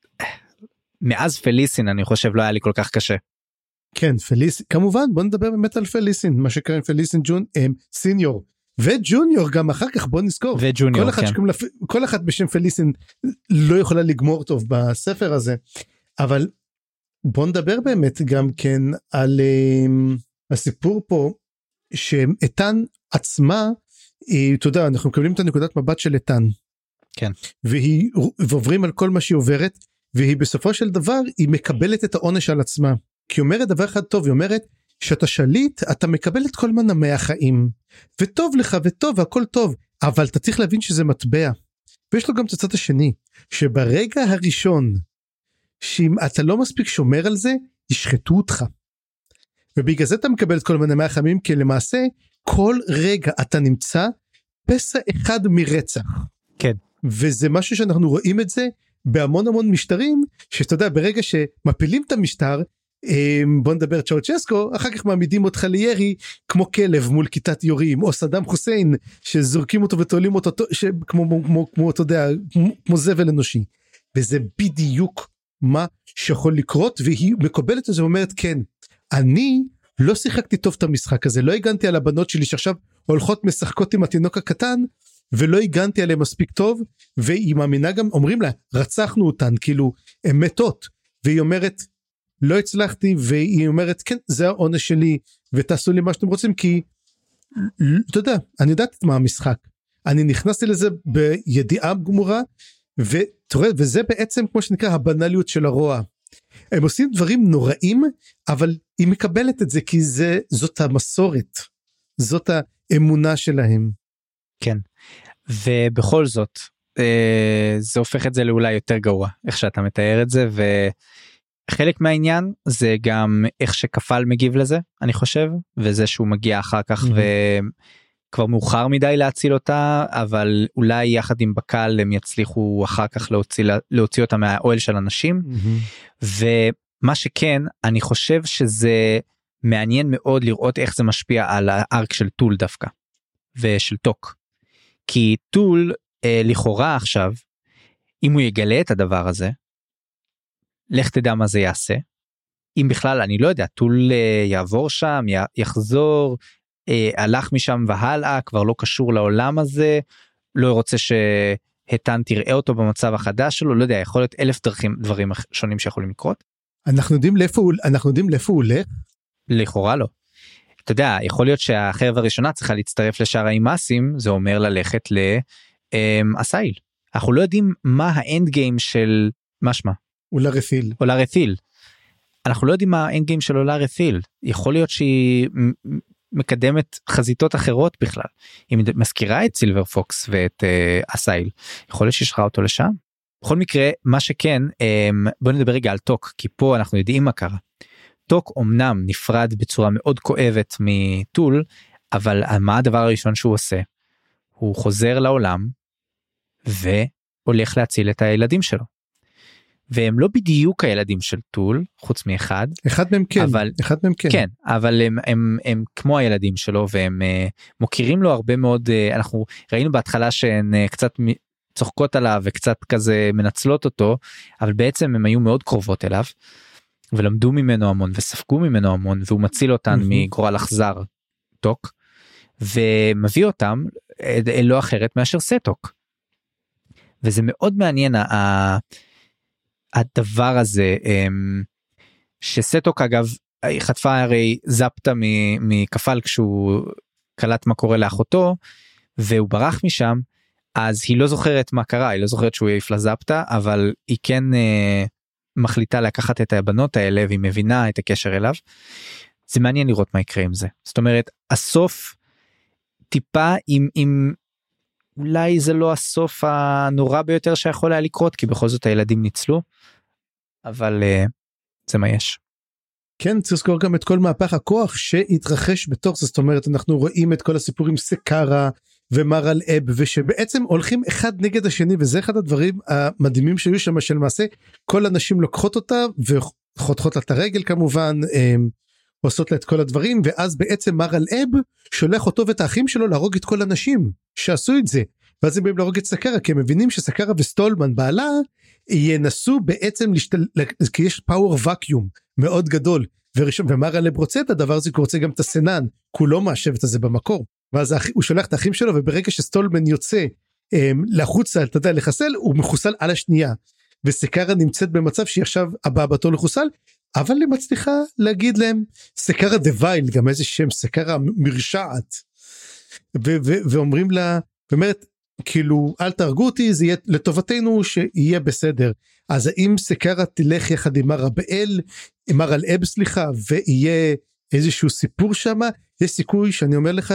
מאז פליסין אני חושב לא היה לי כל כך קשה. כן, פליסין, כמובן בוא נדבר באמת על פליסין, מה שקרה עם פליסין סיניור, וג'וניור גם אחר כך, בוא נזכור, וג'וניור, כן. כל אחת בשם פליסין לא יכולה לגמור טוב בספר הזה, אבל בוא נדבר באמת גם כן על הסיפור פה, שאיתן עצמה, אתה יודע, אנחנו מקבלים את הנקודת מבט של איתן, כן. ועוברים על כל מה שהיא עוברת, והיא בסופו של דבר, היא מקבלת את העונש על עצמה, כי היא אומרת דבר אחד טוב, היא אומרת, שאתה שליט, אתה מקבל את כל מנעמי החיים, וטוב לך וטוב, והכל טוב, אבל אתה צריך להבין שזה מטבע, ויש לו גם את הצד השני, שברגע הראשון, שאם אתה לא מספיק שומר על זה, ישחטו אותך, ובגלל זה אתה מקבל את כל מנעמי החיים, כי למעשה, כל רגע אתה נמצא, פסע אחד מרצח, כן. וזה משהו שאנחנו רואים את זה, בהמון המון משטרים, שאתה יודע, ברגע שמפילים את המשטר, בוא נדבר צ'אוצ'סקו, אחר כך מעמידים אותך לירי, כמו כלב מול כיתת יורים, או סדאם חוסיין, שזורקים אותו ותולים אותו, כמו אתה יודע, כמו זבל אנושי, וזה בדיוק מה שיכול לקרות, והיא מקבלת את זה ואומרת, כן, אני לא שיחקתי טוב את המשחק הזה, לא הגנתי על הבנות שלי, שעכשיו הולכות משחקות עם התינוק הקטן, ולא הגנתי עליהם מספיק טוב, והיא מאמינה גם, אומרים לה, רצחנו אותן, כאילו, הן מתות, והיא אומרת, לא הצלחתי, והיא אומרת, כן, זה העונש שלי, ותעשו לי מה שאתם רוצים, כי, אתה יודע, אני יודעת מה המשחק, אני נכנסתי לזה בידיעה גמורה, וזה בעצם, כמו שנקרא, הבנליות של הרוע, הם עושים דברים נוראים, אבל היא מקבלת את זה, כי זאת המסורת, זאת האמונה שלהם. כן, ובכל זאת, זה הופך את זה לאולי יותר גרוע, איך שאתה מתאר את זה, וחלק מהעניין זה גם איך שכפל מגיב לזה, אני חושב, וזה שהוא מגיע אחר כך, וכבר מאוחר מדי להציל אותה, אבל אולי יחד עם בקל הם יצליחו אחר כך להוציא אותה מהאוהל של אנשים, ומה שכן, אני חושב שזה מעניין מאוד לראות איך זה משפיע על הארק של טול דווקא, ושל טוק. כי טול לכאורה עכשיו, אם הוא יגלה את הדבר הזה, לך תדע מה זה יעשה, אם בכלל אני לא יודע, טול יעבור שם, יחזור, הלך משם והלאה, כבר לא קשור לעולם הזה, לא רוצה שהתן תראה אותו במצב החדש שלו, לא יודע, יכול להיות 1000 דברים שונים שיכולים לקרות. אנחנו יודעים לאיפה הוא הולך? לכאורה לא. אתה יודע, יכול להיות שהחרב הראשונה צריכה להצטרף לשאר האימאסים, זה אומר ללכת לאסייל. אנחנו לא יודעים מה האנד גיים של, מה שמה? אולה רתיל. אנחנו לא יודעים מה האנד גיים של אולה רתיל. יכול להיות שהיא מקדמת חזיתות אחרות בכלל. היא מזכירה את סילבר פוקס ואת אסייל. יכול להיות שישרה אותו לשם. בכל מקרה, מה שכן, בוא נדבר רגע על טוק, כי פה אנחנו יודעים מה קרה. טוק אומנם נפרד בצורה מאוד כואבת מטול, אבל מה הדבר הראשון שהוא עושה? הוא חוזר לעולם, והולך להציל את הילדים שלו. והם לא בדיוק הילדים של טול, חוץ מאחד. אחד מהם כן. כן, אבל הם כמו הילדים שלו, והם מוכירים לו הרבה מאוד, אנחנו ראינו בהתחלה שהן קצת צוחקות עליו וקצת כזה מנצלות אותו, אבל בעצם הם היו מאוד קרובות אליו, ולמדו ממנו המון וספגו ממנו המון, והוא מציל אותן מגורל אכזר טוק, ומביא אותם לא אחרת מאשר סטוק. וזה מאוד מעניין הדבר הזה, שסטוק אגב היא חטפה הרי זפטה מכפל כשהוא קלט מה קורה לאחותו, והוא ברח משם, אז היא לא זוכרת מה קרה, היא לא זוכרת שהוא העיף לזפטה, אבל היא כן מחליטה לקחת את הבנות האלה, והיא מבינה את הקשר אליו. זה מעניין לראות מה יקרה עם זה. זאת אומרת, הסוף טיפה עם אולי זה לא הסוף הנורא ביותר שיכול היה לקרות, כי בכל זאת הילדים ניצלו, אבל זה מה יש. כן, צריך לזכור גם את כל מהפך הכוח שהתרחש בתוך זה, זאת אומרת, אנחנו רואים את כל הסיפורים סקרה ומרל אב, ושבעצם הולכים אחד נגד השני, וזה אחד הדברים המדהימים שהיו שם, שלמעשה כל הנשים לוקחות אותה, וחותכות לה את הרגל כמובן, עושות לה את כל הדברים, ואז בעצם מרל אב שולח אותו ואת האחים שלו להרוג את כל הנשים שעשו את זה, ואז הם באים להרוג את סקרה, כי הם מבינים שסקרה וסטולמן בעלה, ינסו בעצם כי יש פאוור ואקיום מאוד גדול, ומרל אב רוצה את הדבר הזה, כי הוא רוצה גם את הסנן, כולו מהשבט הזה במקור, ואז הוא שולח את האחים שלו, וברגע שסטולמן יוצא לחוצה, אתה יודע, לחסל, הוא מחוסל על השנייה, וסקרה נמצאת במצב שהיא עכשיו הבאה בתור לחוסל, אבל היא מצליחה להגיד להם, סקרה דווייל, גם איזה שם, סקרה מרשעת, ואומרים לה, ואומרת, כאילו, אל תהרגו אותי, זה יהיה לטובתנו שיהיה בסדר. אז האם סקרה תלך יחד עם מרל אב, ויהיה איזשהו סיפור שם, יש סיכוי שאני אומר לך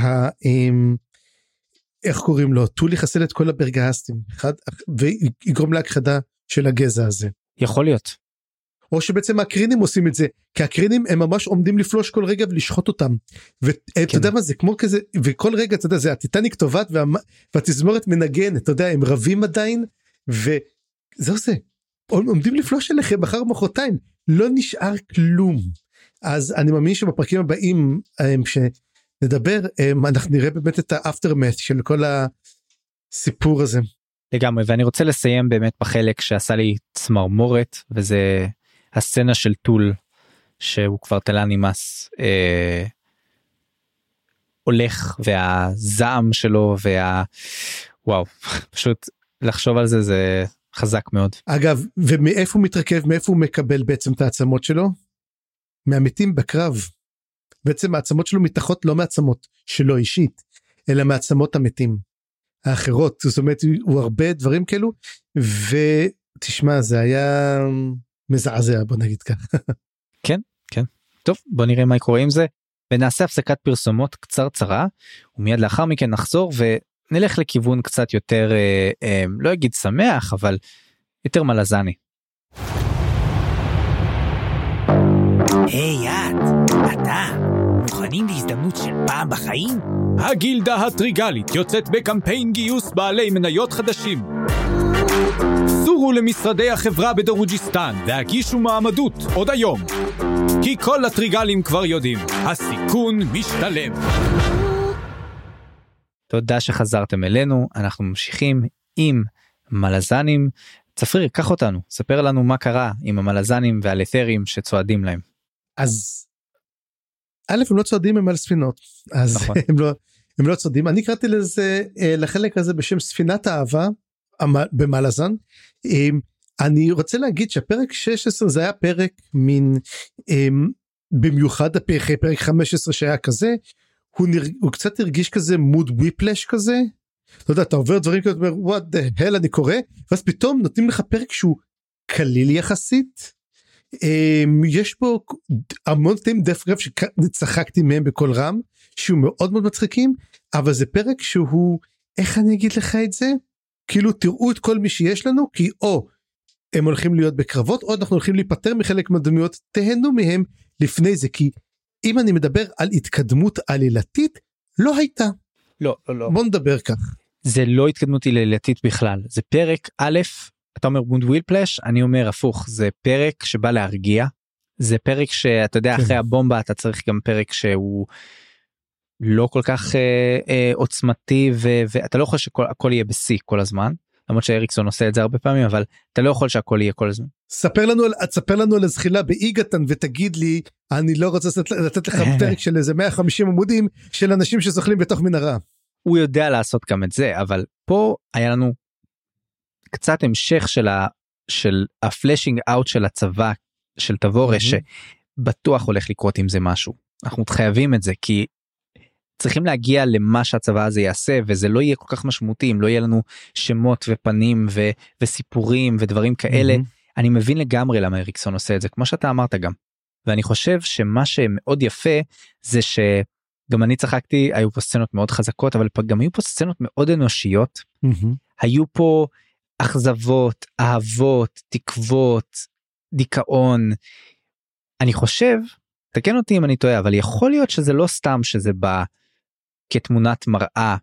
איך קוראים לו, טול יחסל את כל הברגהסטים, ויגרום להכחדה של הגזע הזה. יכול להיות. או שבעצם הקרינים עושים את זה, כי הקרינים הם ממש עומדים לפלוש כל רגע ולשחוט אותם, ואתה יודע מה זה, כמו כזה, וכל רגע, אתה יודע, זה הטיטניק טובת, והתזמורת מנגן, אתה יודע, הם רבים עדיין, וזהו זה, עומדים לפלוש אליכם מחר ומחרתיים, לא נשאר כלום. אז אני מאמין שבפרקים הבאים, שנדבר, אנחנו נראה באמת את האפטרמט של כל הסיפור הזה. לגמרי, ואני רוצה לסיים באמת בחלק שעשה לי צמרמורת, וזה הסצנה של טול, שהוא כבר תלה נמאס, הולך, והזעם שלו, וואו, פשוט לחשוב על זה, זה חזק מאוד. אגב, ומאיפה הוא מתרכב, מאיפה הוא מקבל בעצם את העצמות שלו? מהמתים בקרב. בעצם העצמות שלו מתחות לא מעצמות שלו אישית, אלא מעצמות המתים. האחרות, זאת אומרת, הוא הרבה דברים כאלו, ותשמע, זה היה מזעזע, בוא נגיד כך. כן, כן. טוב, בוא נראה מה קורה עם זה, ונעשה הפסקת פרסומות קצרצרה, ומיד לאחר מכן נחזור, ונלך לכיוון קצת יותר, לא אגיד שמח, אבל יותר מלזני. היי אתה, מוכנים להזדמנות של פעם בחיים? הגילדה הטריגלית יוצאת בקמפיין גיוס בעלי מניות חדשים. סורו למשרדי החברה בדרוג'יסטן והגישו מעמדות עוד היום. כי כל הטריגלים כבר יודעים, הסיכון משתלם. תודה שחזרתם אלינו, אנחנו ממשיכים עם מלזנים. צפריר, קח אותנו, ספר לנו מה קרה עם המלזנים והלת'רים שצועדים להם. אז א', הם לא צועדים, הם על ספינות, אז נכון. הם לא צועדים. אני קראתי לזה, לחלק הזה בשם ספינת האהבה במלזן. אני רוצה להגיד שהפרק 16 זה היה פרק מין, במיוחד פרק 15 שהיה כזה, הוא קצת הרגיש כזה מוד וויפלש כזה, אתה יודע, אתה עובר דברים כזה, אומר, what the hell אני קורא, ואז פתאום נותנים לך פרק שהוא קליל יחסית, יש פה המון תאים דרך אגב שצחקתי מהם בכל רם, שהוא מאוד מאוד מצחיקים, אבל זה פרק שהוא, איך אני אגיד לך את זה? כאילו תראו את כל מי שיש לנו, כי או הם הולכים להיות בקרבות, או אנחנו הולכים להיפטר מחלק מהדמויות, תהנו מהם לפני זה, כי אם אני מדבר על התקדמות עלילתית, לא הייתה. לא. בוא נדבר כך. זה לא התקדמות עלילתית בכלל, זה פרק א', אתה אומר מוד וויפלש, אני אומר הפוך, זה פרק שבא להרגיע, זה פרק שאתה יודע, אחרי הבומבה אתה צריך גם פרק שהוא לא כל כך עוצמתי, ואתה לא חושב שהכל יהיה בסי כל הזמן, למרות שאריקסון עושה את זה הרבה פעמים, אבל אתה לא יכול שהכל יהיה כל הזמן. ספר לנו על הזחילה באיגתן ותגיד לי, אני לא רוצה לתת לך פרק של איזה 150 עמודים של אנשים שזוחלים בתוך מנהרה. הוא יודע לעשות גם את זה, אבל פה היה לנו קצת המשך של הפלאשינג אאוט של הצבא של תבורה, שבטוח הולך לקרות עם זה משהו. אנחנו חייבים את זה, כי צריכים להגיע למה שהצבא הזה יעשה, וזה לא יהיה כל כך משמעותי, אם לא יהיה לנו שמות ופנים וסיפורים ודברים כאלה. אני מבין לגמרי למה אריקסון עושה את זה, כמו שאתה אמרת גם. ואני חושב שמה שמאוד יפה, זה שגם אני צחקתי, היו פה סצנות מאוד חזקות, אבל גם היו פה סצנות מאוד אנושיות. היו פה אכזבות, אהבות, תקוות, דיכאון. אני חושב, תקן אותי אם אני טועה, אבל יכול להיות שזה לא סתם שזה בא כתמונת מראה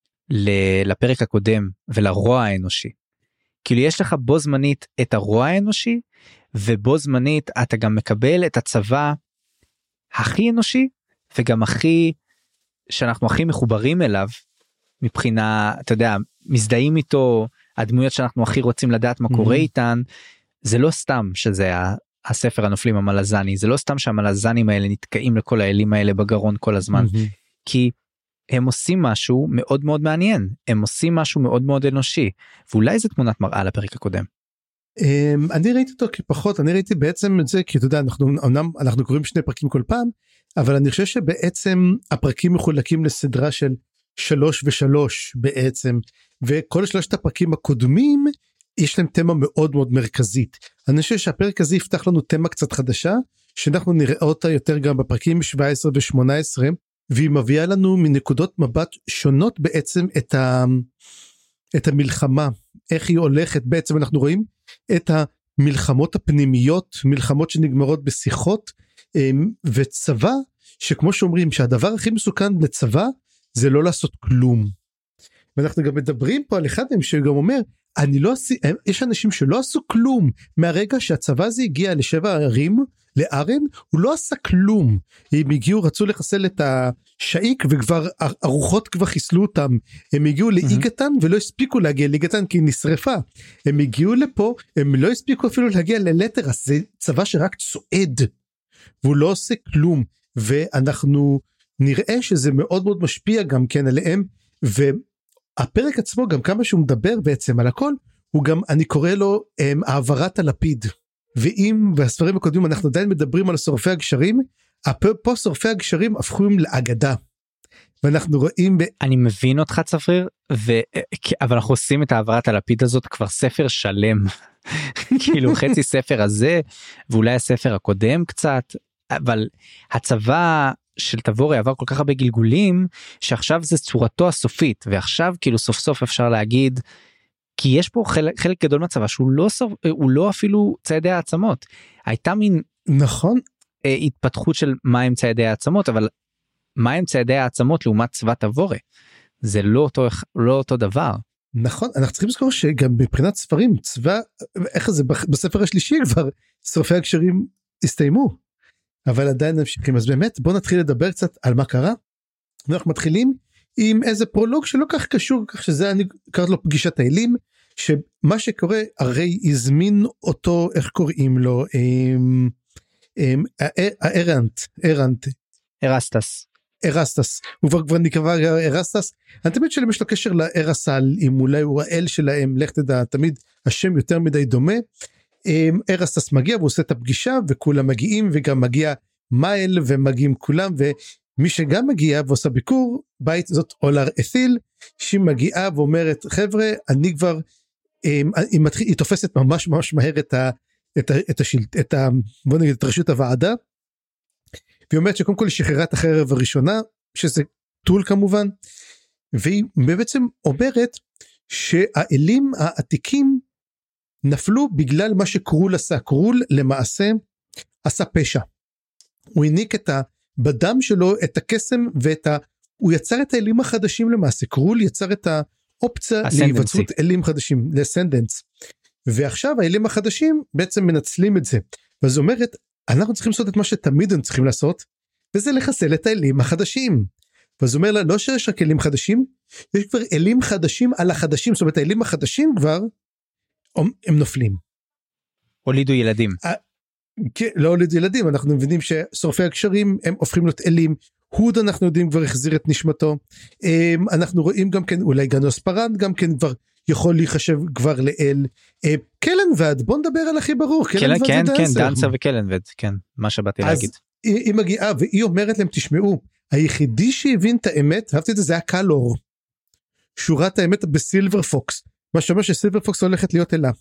לפרק הקודם ולרוע האנושי. כאילו יש לך בו זמנית את הרוע האנושי, ובו זמנית אתה גם מקבל את הצבא הכי אנושי, וגם שאנחנו הכי מחוברים אליו, מבחינה, אתה יודע, מזדהים איתו, הדמויות שאנחנו הכי רוצים לדעת מה קורה איתן, זה לא סתם שזה הספר הנופלים המלזני, זה לא סתם שהמלזנים האלה נתקעים לכל האלים האלה בגרון כל הזמן, כי הם עושים משהו מאוד מאוד מעניין, הם עושים משהו מאוד מאוד אנושי, ואולי זה תמונת מראה לפרק הקודם. אני ראיתי אותו כפחות, אני ראיתי בעצם את זה, כי אתה יודע, אנחנו קוראים שני פרקים כל פעם, אבל אני חושב שבעצם הפרקים מחולקים לסדרה של 3 ו3 בעצם, וכל שלושת הפרקים הקודמים, יש להם תמה מאוד מאוד מרכזית. אני חושב שהפרק הזה יפתח לנו תמה קצת חדשה, שאנחנו נראה אותה יותר גם בפרקים 17 ו18, והיא מביאה לנו מנקודות מבט שונות בעצם את המלחמה, איך היא הולכת. בעצם אנחנו רואים את המלחמות הפנימיות, מלחמות שנגמרות בשיחות, וצבא, שכמו שאומרים שהדבר הכי מסוכן לצבא, זה לא לעשות כלום. ואנחנו גם מדברים פה על אחד מהם שגם אומר, יש אנשים שלא עשו כלום, מהרגע שהצבא הזה הגיע לשבע ערים, לארן, הוא לא עשה כלום. הם הגיעו, רצו לחסל את השאיק, וכבר הרוחות כבר חיסלו אותם. הם הגיעו לאיגתן, ולא הספיקו להגיע לאיגתן, כי היא נשרפה. הם הגיעו לפה, הם לא הספיקו אפילו להגיע ללטרס, זה צבא שרק צועד, והוא לא עושה כלום, ואנחנו נראה שזה מאוד מאוד משפיע גם כן עליהם, והפרק עצמו, גם כמה שהוא מדבר בעצם על הכל, הוא גם, אני קורא לו, העברת הלפיד. ואם בספרים הקודמים אנחנו עדיין מדברים על שורפי הגשרים, פה שורפי הגשרים הפכו לאגדה. ואנחנו רואים אני מבין אותך צפריר, אבל אנחנו עושים את העברת הלפיד הזאת כבר ספר שלם. כאילו חצי ספר הזה, ואולי הספר הקודם קצת, אבל הצבא של תבורה עבר כל כך הרבה גלגולים, שעכשיו זה צורתו הסופית, ועכשיו כאילו סוף סוף אפשר להגיד, כי יש פה חלק גדול מהצבא שהוא לא אפילו צעדי העצמות. הייתה מין נכון התפתחות של מה הם צעדי העצמות, אבל מה הם צעדי העצמות לעומת צבא תבורה? זה לא אותו דבר. נכון, אנחנו צריכים לזכור שגם מבחינת ספרים, צבא, איך זה בספר השלישי כבר שורפי הגשרים הסתיימו, אבל עדיין נמשיכים. אז באמת בוא נתחיל לדבר קצת על מה קרה, ואנחנו מתחילים עם איזה פרולוג שלא כך קשור, כך שזה אני קראת לו פגישת האלים, שמה שקורה, הרי הזמין אותו, איך קוראים לו, ארסטס, הוא כבר נקרא ארסטס, אני תמיד שלהם יש לו קשר לארסל, אם אולי הוא האל שלהם, לך תדע, תמיד השם יותר מדי דומה. ארסטס מגיע והוא עושה את הפגישה, וכולם מגיעים, וגם מגיע מייל, ומגיעים כולם, ומי שגם מגיע ועושה ביקור בית, זאת אולר אתיל, שהיא מגיעה ואומרת, חבר'ה, אני כבר, היא תופסת ממש ממש מהר בוא נגיד, את רשות הוועדה, והיא אומרת שקודם כל היא שחררה את החרב הראשונה, שזה טול כמובן, והיא בעצם אומרת, שהאלים העתיקים, נפלו בגלל מה שקרול עשה. קרול למעשה עשה פשע, הוא העניק בדם שלו את הקסם, הוא יצר את האלים החדשים למעשה. קרול יצר את האופציה להיווצרות אלים חדשים, לסנדנס, ועכשיו האלים החדשים בעצם מנצלים את זה, ואז אומרת, אנחנו צריכים לעשות את מה שתמיד הם צריכים לעשות, וזה לחסל את האלים החדשים. ואז הוא אומר לה, לא שיש רק אלים חדשים, יש כבר אלים חדשים על החדשים, זאת אומרת, האלים החדשים כבר, הם נופלים. הולידו ילדים. כן, לא הולידו ילדים, אנחנו מבינים ששורפי הקשרים, הם הופכים להיות אלים, הוד אנחנו יודעים כבר החזיר את נשמתו, אנחנו רואים גם כן, אולי גנוס פרן, גם כן כבר יכול להיחשב כבר לאל, קלנבד, בוא נדבר על הכי ברור, קלנבד כן, כן, דנסה וקלנבד, כן, מה שבאתי להגיד. היא מגיעה והיא אומרת להם, תשמעו, היחידי שהבין את האמת, אהבתי את זה, זה היה קלור, שורת האמת בסילבר פוקס, מה שאומר שסילבר פוקס הולכת להיות אלה.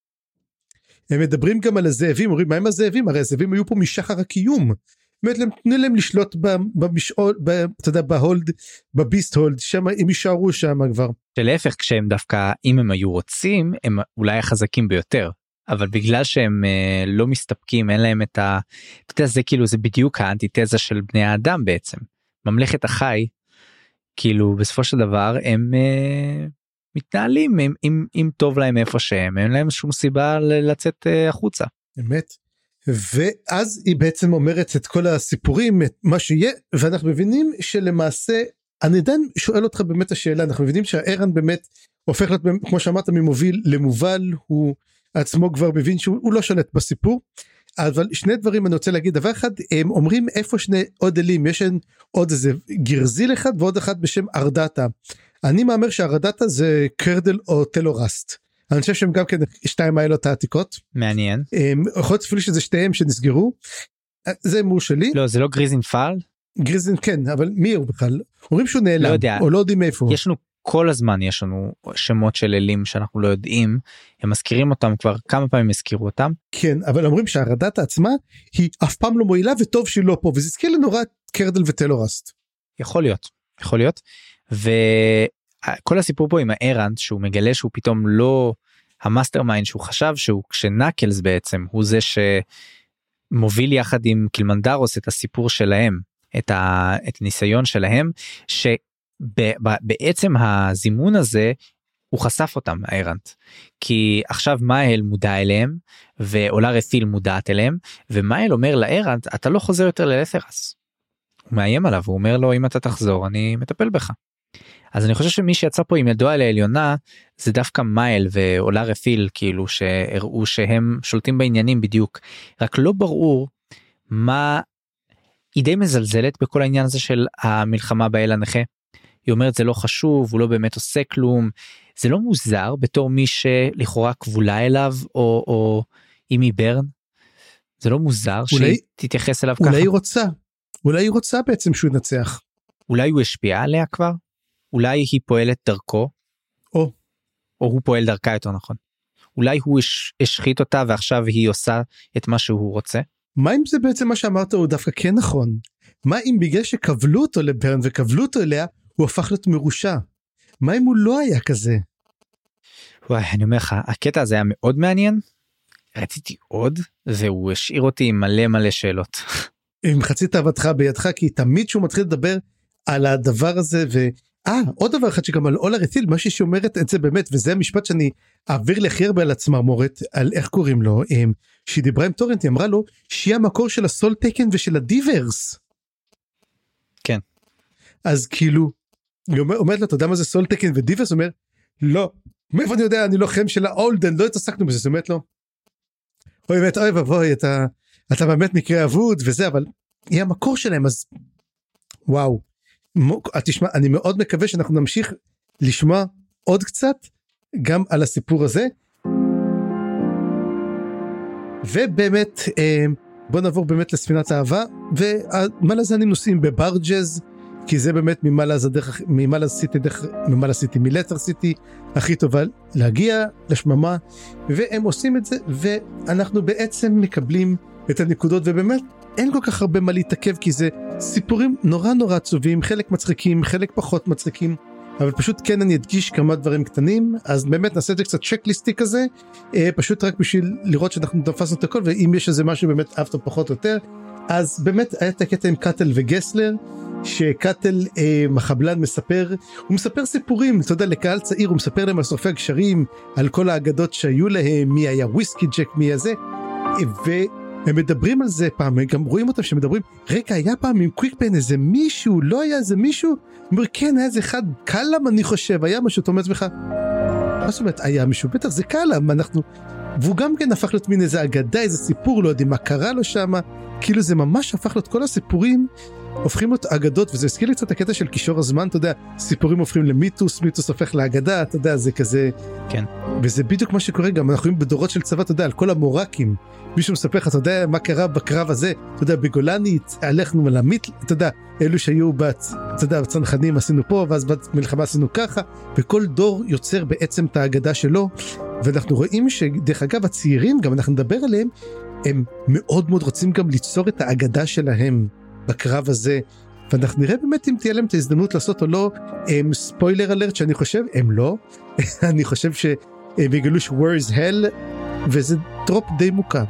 הם מדברים גם על הזאבים, אומרים, מה עם הזאבים? הרי הזאבים היו פה משחר הקיום, תנו להם לשלוט במשעול, אתה יודע, בהולד, בביסט הולד, שם הם יישארו שם כבר. שלהפך, כשהם דווקא, אם הם היו רוצים, הם אולי החזקים ביותר, אבל בגלל שהם לא מסתפקים, אין להם את ה... אתה יודע, זה כאילו, זה בדיוק האנטיתזה של בני האדם בעצם. ממלכת החי, כאילו, בסופו של דבר, הם מתנהלים, אם טוב להם איפה שהם, אין להם שום סיבה לצאת החוצה. באמת. ואז היא בעצם אומרת את כל הסיפורים, את מה שיהיה, ואנחנו מבינים שלמעשה, אני עדיין שואל אותך באמת השאלה, אנחנו מבינים שהארן באמת הופך להיות, כמו שאמרת, ממוביל למובל, הוא עצמו כבר מבין שהוא לא שולט בסיפור, אבל שני דברים אני רוצה להגיד, דבר אחד, הם אומרים איפה שני עוד אלים, יש עוד איזה גרזיל אחד, ועוד אחד בשם ארדטה, אני מאמר שארדטה זה קרדל או טלורסט, אני חושב שהם גם כן שתיים האלות העתיקות. מעניין. יכול להיות אפילו שזה שתיהם שנסגרו. זה אמור שלי. לא, זה לא גריזין פאל? גריזין כן, אבל מי הוא בכלל? אומרים שהוא נעלם, לא יודע. או לא יודעים איפה. יש לנו כל הזמן, יש לנו שמות של אלים שאנחנו לא יודעים, הם מזכירים אותם כבר, כמה פעמים הזכירו אותם. כן, אבל אומרים שהרדת העצמה, היא אף פעם לא מועילה וטוב שהיא לא פה, וזה הזכיר לנו רק קרדל וטלורסט. יכול להיות, יכול להיות. כל הסיפור פה עם הארנד שהוא מגלה שהוא פתאום לא המאסטר מיינד שהוא חשב שהוא, כשנקלס בעצם הוא זה שמוביל יחד עם קילמנדרוס את הסיפור שלהם, את הניסיון שלהם, שבעצם הזימון הזה הוא חשף אותם הארנד, כי עכשיו מאהל מודע אליהם ועולה רתיל מודעת אליהם, ומאהל אומר לארנד אתה לא חוזר יותר ללת'רס, הוא מאיים עליו, הוא אומר לו אם אתה תחזור אני מטפל בך. אז אני חושב שמי שיצא פה עם ידו על העליונה, זה דווקא מאהל ועולה רתיל, כאילו שהראו שהם שולטים בעניינים בדיוק, רק לא ברור מה, היא די מזלזלת בכל העניין הזה של המלחמה באל הנכה, היא אומרת זה לא חשוב, הוא לא באמת עושה כלום, זה לא מוזר בתור מי שלכאורה כבולה אליו, או אם היא ברן, זה לא מוזר שהיא תתייחס אליו ככה. אולי היא רוצה בעצם שהוא ינצח. אולי הוא השפיע עליה כבר? אולי היא פועלת דרכו, או הוא פועל דרכה יותר נכון. אולי הוא השחית אותה ועכשיו היא עושה את מה שהוא רוצה. מה אם זה בעצם מה שאמרת הוא דווקא כן נכון? מה אם בגלל שקבלו אותו לברן וקבלו אותו אליה, הוא הפך להיות מרושע? מה אם הוא לא היה כזה? וואי, אני אומר לך, הקטע הזה היה מאוד מעניין, רציתי עוד, והוא השאיר אותי עם מלא שאלות. עם חצי תאוותך בידך, כי תמיד שהוא מתחיל לדבר על הדבר הזה, עוד דבר אחד שגם על אולה רתיל, מה שהיא אומרת את זה באמת, וזה המשפט שאני אעביר לי הכי הרבה על עצמה מורת, על איך קוראים לו, שהיא דיברה עם טורנט, היא אמרה לו, שהיא המקור של הסול טקן ושל הדיברס. כן. אז כאילו, היא אומרת לה, אתה יודע מה זה סול טקן ודיברס? אומר, לא, מאיפה אני יודע, אני לוחם של האולדן, לא התעסקנו בזה, זאת אומרת לו, אוי באמת, אוי ובוי, אתה באמת מקרה אבוד וזה, אבל היא המקור שלהם, אז וואו. תשמע, אני מאוד מקווה שאנחנו נמשיך לשמוע עוד קצת גם על הסיפור הזה, ובאמת בוא נעבור באמת לספינת האהבה, ומעלה זה אני נוסעים בברג'ז, כי זה באמת ממעלה סיטי מלתר סיטי הכי טובה להגיע לשממה, והם עושים את זה, ואנחנו בעצם מקבלים את הנקודות, ובאמת אין כל כך הרבה מה להתעכב, כי זה סיפורים נורא עצובים, חלק מצחיקים, חלק פחות מצחיקים, אבל פשוט כן אני אדגיש כמה דברים קטנים, אז באמת נעשה את זה קצת צ'קליסטי כזה, פשוט רק בשביל לראות שאנחנו תפסנו את הכל, ואם יש איזה משהו באמת אהבת פחות או יותר, אז באמת היה את הקטע עם קאטל וגסלר, שקאטל מחבלן מספר, הוא מספר סיפורים, אתה יודע, לקהל צעיר, הוא מספר להם על שורפי הגשרים, על כל האגדות שהיו להם, מי היה וויסקי ג'ק, מי היה זה, הם מדברים על זה פעם, גם רואים אותם שמדברים, רגע, היה פעם עם קוויקפן איזה מישהו, לא היה איזה מישהו? אומר, כן, היה איזה אחד, קלם אני חושב, היה משהו, אתה אומר לעצמך, מה זאת אומרת, היה מישהו, בטח זה קלם, והוא גם כן הפך להיות מין איזה אגדה, איזה סיפור, לא יודעים מה קרה לו שם, כאילו זה ממש הפך להיות, כל הסיפורים הופכים להיות אגדות, וזה הזכיר לי קצת הקטע של קישור הזמן, אתה יודע, סיפורים הופכים למיתוס, מיתוס הופך לאגדה, אתה יודע, זה כזה, כן. וזה בדיוק מה שקורה גם, אנחנו רואים בדורות של צבא, אתה יודע, על כל המורקים, מישהו מספר לך, אתה יודע מה קרה בקרב הזה, אתה יודע, בגולני הלכנו מלמית, אתה יודע, אלו שהיו אתה יודע, בצנחנים עשינו פה, ואז במלחמה עשינו ככה, וכל דור יוצר בעצם את האגדה שלו, ואנחנו רואים שדרך אגב הצעירים, גם אנחנו נדבר עליהם, הם מאוד מאוד רוצים גם ליצור את האגדה שלהם בקרב הזה, ואנחנו נראה באמת אם תהיה להם את ההזדמנות לעשות או לא, ספוילר אלרט שאני חושב, הם לא, אני חושב שהם יגלו ש-Where is hell, וזה טרופ די מוכר.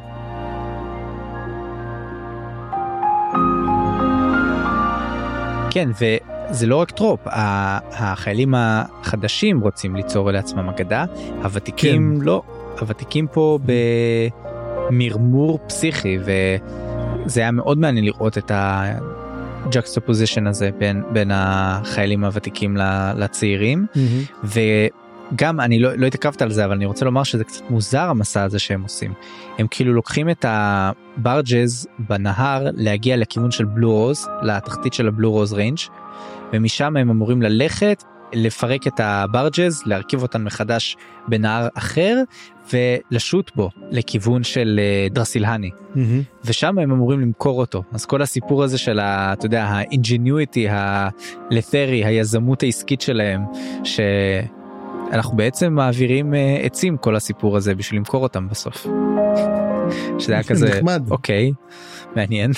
כן, וזה לא רק טרופ, החיילים החדשים רוצים ליצור לעצמם אגדה, הוותיקים כן. לא, הוותיקים פה במרמור פסיכי, וזה היה מאוד מעניין לראות את הג'קסטופוזישן הזה בין החיילים הוותיקים לצעירים, וגם אני לא התעכבת על זה, אבל אני רוצה לומר שזה קצת מוזר המסע הזה שהם עושים. הם כאילו לוקחים את הברג'ז בנהר להגיע לכיוון של בלו רוז, לתחתית של הבלו רוז ריינג', ומשם הם אמורים ללכת, לפרק את הברג'ז, להרכיב אותן מחדש בנהר אחר, ולשוט בו לכיוון של דרסילהני. ושם הם אמורים למכור אותו. אז כל הסיפור הזה של, אתה יודע, האינג'ניויטי, הלת'רי, היזמות העסקית שלהם, שאנחנו בעצם מעבירים עצים כל הסיפור הזה, בשביל למכור אותם בסוף. שזה היה כזה, נחמד. אוקיי, מעניין.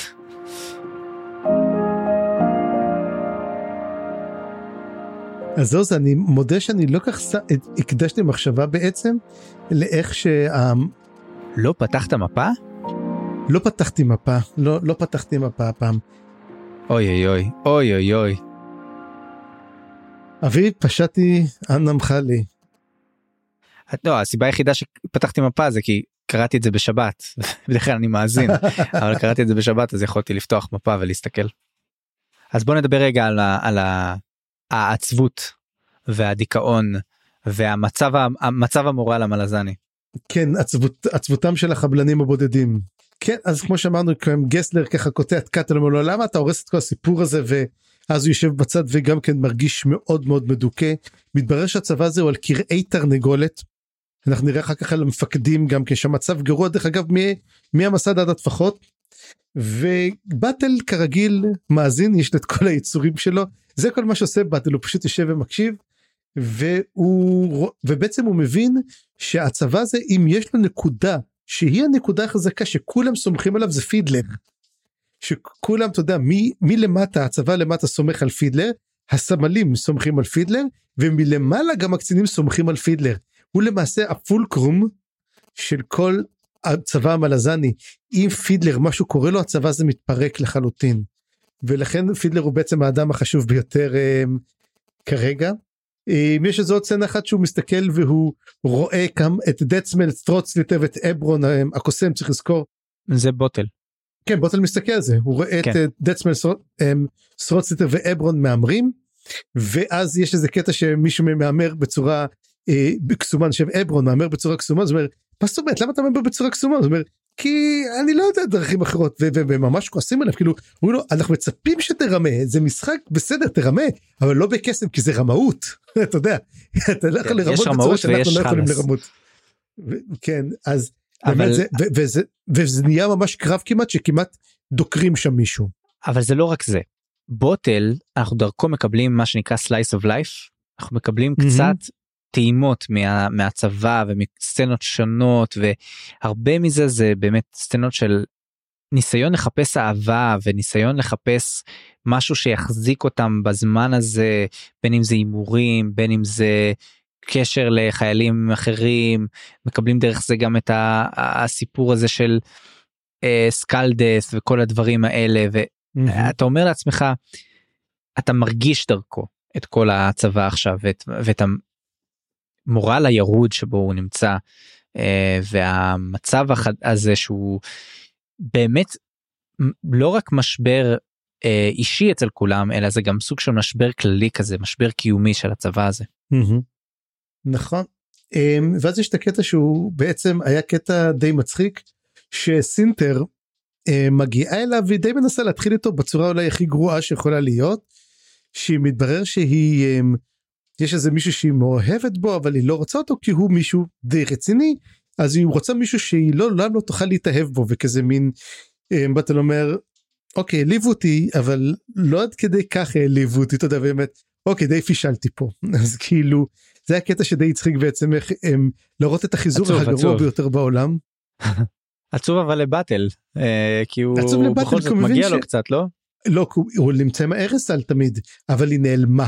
אז זהו, אני מודה שאני לא כך הקדשתי מחשבה בעצם לאיך לא פתחת מפה? לא פתחתי מפה, לא פתחתי מפה הפעם. אוי אוי אוי, אוי אוי אוי. אבי, פשעתי, אנא לי. לא, הסיבה היחידה שפתחתי מפה זה כי קראתי את זה בשבת, בדרך כלל אני מאזין, אבל קראתי את זה בשבת אז יכולתי לפתוח מפה ולהסתכל. אז בוא נדבר רגע על העצבות והדיכאון והמצב המורל המלזני. כן, עצבותם של החבלנים הבודדים. כן, אז כמו שאמרנו, גסלר ככה קוטע את קאטל, אומר לו, למה אתה הורס את כל הסיפור הזה, ואז הוא יושב בצד וגם כן מרגיש מאוד מאוד מדוכא. מתברר שהצבא הזה הוא על קרעי תרנגולת, אנחנו נראה אחר כך על המפקדים גם כן, שהמצב גרוע דרך אגב מהמסד עד הטפחות, ובטל כרגיל מאזין, יש את כל היצורים שלו, זה כל מה שעושה בטל, הוא פשוט יושב ומקשיב, ובעצם הוא מבין שהצבא הזה, אם יש לו נקודה, שהיא הנקודה החזקה שכולם סומכים עליו, זה פידלר. שכולם, אתה יודע, מי למטה, הצבא למטה סומך על פידלר, הסמלים סומכים על פידלר, ומלמעלה גם הקצינים סומכים על פידלר. הוא למעשה הפולקרום של כל הצבא המלזני. אם פידלר משהו קורה לו, הצבא הזה מתפרק לחלוטין. ולכן פידלר הוא בעצם האדם החשוב ביותר כרגע. יש איזו עוד סצנה אחת שהוא מסתכל והוא רואה את דצמל, סטרוטסליטר ואת אברון, הקוסם צריך לזכור. זה בוטל. כן, בוטל מסתכל על זה, הוא רואה כן. את דצמל, סטרוטסליטר ואברון מאמרים, ואז יש איזה קטע שמישהו מאמר בצורה קסומה, אני חושב אברון מאמר בצורה קסומה, זאת אומרת, מה זאת אומרת, למה אתה מאמר בצורה קסומה? זאת אומרת, כי אני לא יודע דרכים אחרות, וממש כועסים עליו, כאילו, אומרים לו, אנחנו מצפים שתרמה, זה משחק בסדר, תרמה, אבל לא בקסם, כי זה רמאות, אתה יודע, אתה לא יכול לרמות בצורה שאנחנו לא יכולים לרמות. כן, אז, וזה נהיה ממש קרב כמעט, שכמעט דוקרים שם מישהו. אבל זה לא רק זה, בוטל, אנחנו דרכו מקבלים מה שנקרא slice of life, אנחנו מקבלים קצת טעימות מהצבא ומסצנות שונות, והרבה מזה זה באמת סצנות של ניסיון לחפש אהבה וניסיון לחפש משהו שיחזיק אותם בזמן הזה, בין אם זה הימורים, בין אם זה קשר לחיילים אחרים, מקבלים דרך זה גם את הסיפור הזה של סקלדס וכל הדברים האלה, ואתה אומר לעצמך, אתה מרגיש דרכו את כל הצבא עכשיו, ואת המורל הירוד שבו הוא נמצא, והמצב הזה שהוא באמת לא רק משבר אישי אצל כולם, אלא זה גם סוג של משבר כללי כזה, משבר קיומי של הצבא הזה. נכון. ואז יש את הקטע שהוא בעצם היה קטע די מצחיק, שסינטר מגיעה אליו והיא די מנסה להתחיל איתו בצורה אולי הכי גרועה שיכולה להיות, שהיא מתברר שהיא, יש איזה מישהו שהיא מאוהבת בו, אבל היא לא רוצה אותו כי הוא מישהו די רציני, אז היא רוצה מישהו שהיא לא תוכל להתאהב בו, וכזה מין, בטל אומר, אוקיי, העליבו אותי, אבל לא עד כדי כך העליבו אותי, אתה יודע, באמת, אוקיי, די פישלתי פה, אז כאילו, זה הקטע שדי הצחיק בעצם, איך לראות את החיזור הגרוע ביותר בעולם. עצוב אבל לבטל, כי הוא בכל זאת מגיע לו קצת, לא? לא, הוא נמצא עם הארסל תמיד, אבל היא נעלמה.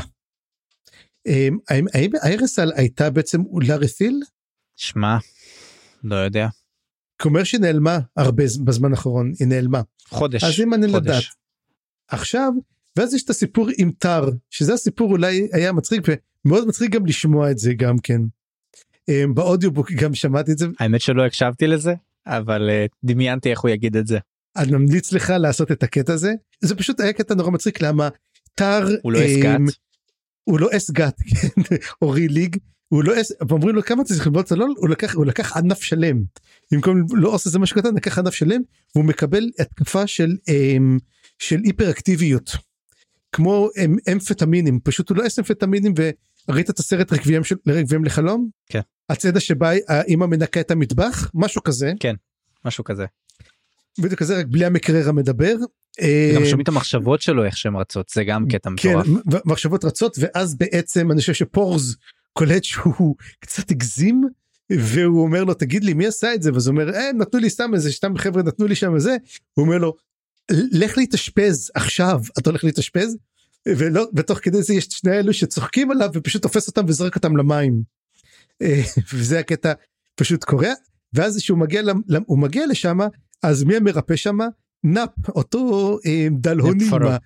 האם הארסל הייתה בעצם אולה רתיל? שמע, לא יודע. כלומר שהיא נעלמה הרבה בזמן האחרון, היא נעלמה. חודש. אז אם אני לדעת. עכשיו, ואז יש את הסיפור עם טר, שזה הסיפור אולי היה מצחיק, ומאוד מצחיק גם לשמוע את זה גם כן. באודיובוק גם שמעתי את זה. האמת שלא הקשבתי לזה, אבל דמיינתי איך הוא יגיד את זה. אני ממליץ לך לעשות את הקטע הזה. זה פשוט היה קטע נורא מצחיק, למה טר... הוא לא אסגת. הוא לא אסגת, או ריליג. הוא לא אס... ואומרים לו כמה צריך לבוא צלול, הוא לקח ענף שלם. במקום לא עושה זה משהו קטן, לקח ענף שלם, והוא מקבל התקפה של היפראקטיביות. כמו אמפטמינים, פשוט הוא לא אס אמפטמינים, וראית את הסרט רקבים לחלום? כן. הצדה שבה האמא מנקה את המטבח, משהו כזה. כן, משהו כזה. בדיוק כזה, רק בלי המקרר המדבר. גם שומעים את המחשבות שלו איך שהן רצות, זה גם קטע מטורף. כן, מחשבות רצות, ואז בעצם אני חושב שפורז קולט שהוא קצת הגזים, והוא אומר לו, תגיד לי, מי עשה את זה? ואז הוא אומר, נתנו לי סתם איזה, שתם חבר'ה נתנו לי שם איזה, הוא אומר לו, לך להתאשפז עכשיו, אתה הולך להתאשפז, ותוך כדי זה יש שני אלו שצוחקים עליו, ופשוט תופס אותם וזרק אותם למים, וזה הקטע פשוט קורה, ואז שהוא מגיע לשם, אז מי המרפא שם? נאפ, אותו דלהוני,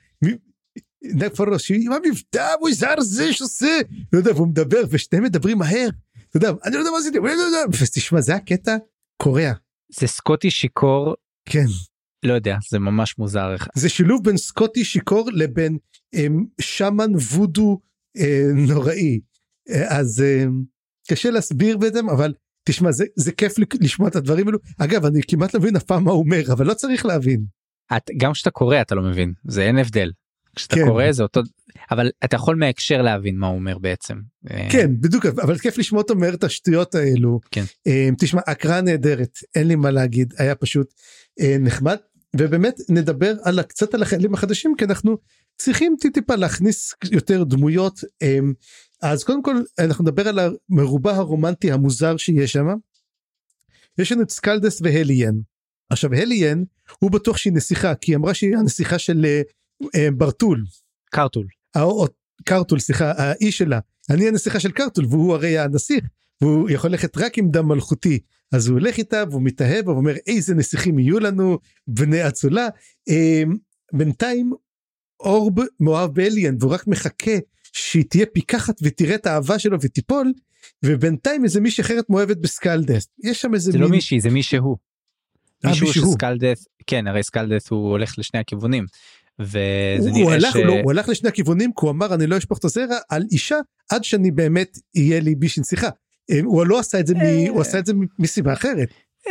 מה מבטא מוזר זה שעושה, והוא מדבר, ושתיהם מדברים מהר, אתה יודע, אני לא יודע מה עשיתי, ותשמע, זה הקטע קורע. זה סקוטי שיקור, כן. לא יודע, זה ממש מוזר. זה שילוב בין סקוטי שיקור לבין שמן וודו נוראי, אז קשה להסביר בזה, אבל תשמע, זה כיף לשמוע את הדברים האלו, אגב, אני כמעט לא מבין אף פעם מה הוא אומר, אבל לא צריך להבין. גם כשאתה קורא אתה לא מבין, זה אין הבדל. כשאתה קורא זה אותו, אבל אתה יכול מההקשר להבין מה הוא אומר בעצם. כן, בדיוק, אבל כיף לשמוע אותו אומר את השטויות האלו. כן. תשמע, הקראה נהדרת, אין לי מה להגיד, היה פשוט נחמד, ובאמת נדבר קצת על החיילים החדשים, כי אנחנו צריכים טיפה להכניס יותר דמויות, אז קודם כל אנחנו נדבר על המרובע הרומנטי המוזר שיש שם, יש לנו את סקלדס והליאן, עכשיו הליאן הוא בטוח שהיא נסיכה, כי היא אמרה שהיא הנסיכה של ברטול. קרטול, סליחה, האיש שלה, אני הנסיכה של קרטול, והוא הרי הנסיך, והוא יכול ללכת רק עם דם מלכותי, אז הוא הולך איתה, והוא מתאהב, והוא אומר, איזה נסיכים יהיו לנו, בני אצולה, בינתיים, אורב מאוהב באליאן, והוא רק מחכה, שהיא תהיה פיקחת, ותראה את האהבה שלו, ותיפול, ובינתיים איזה מישהי אחרת מאוהבת בסקלדס, יש שם איזה זה לא מישהי, זה מישהו. מישהו מישהו. שסקלדס, כן, הרי סקלדס הוא הולך לשני הכיוונים, הוא הלך לשני הכיוונים, כי הוא אמר אני לא אשפוך את הזרע על אישה, עד שאני באמת יהיה לי בישין שיחה, הוא לא עשה את זה, הוא עשה את זה מסיבה אחרת.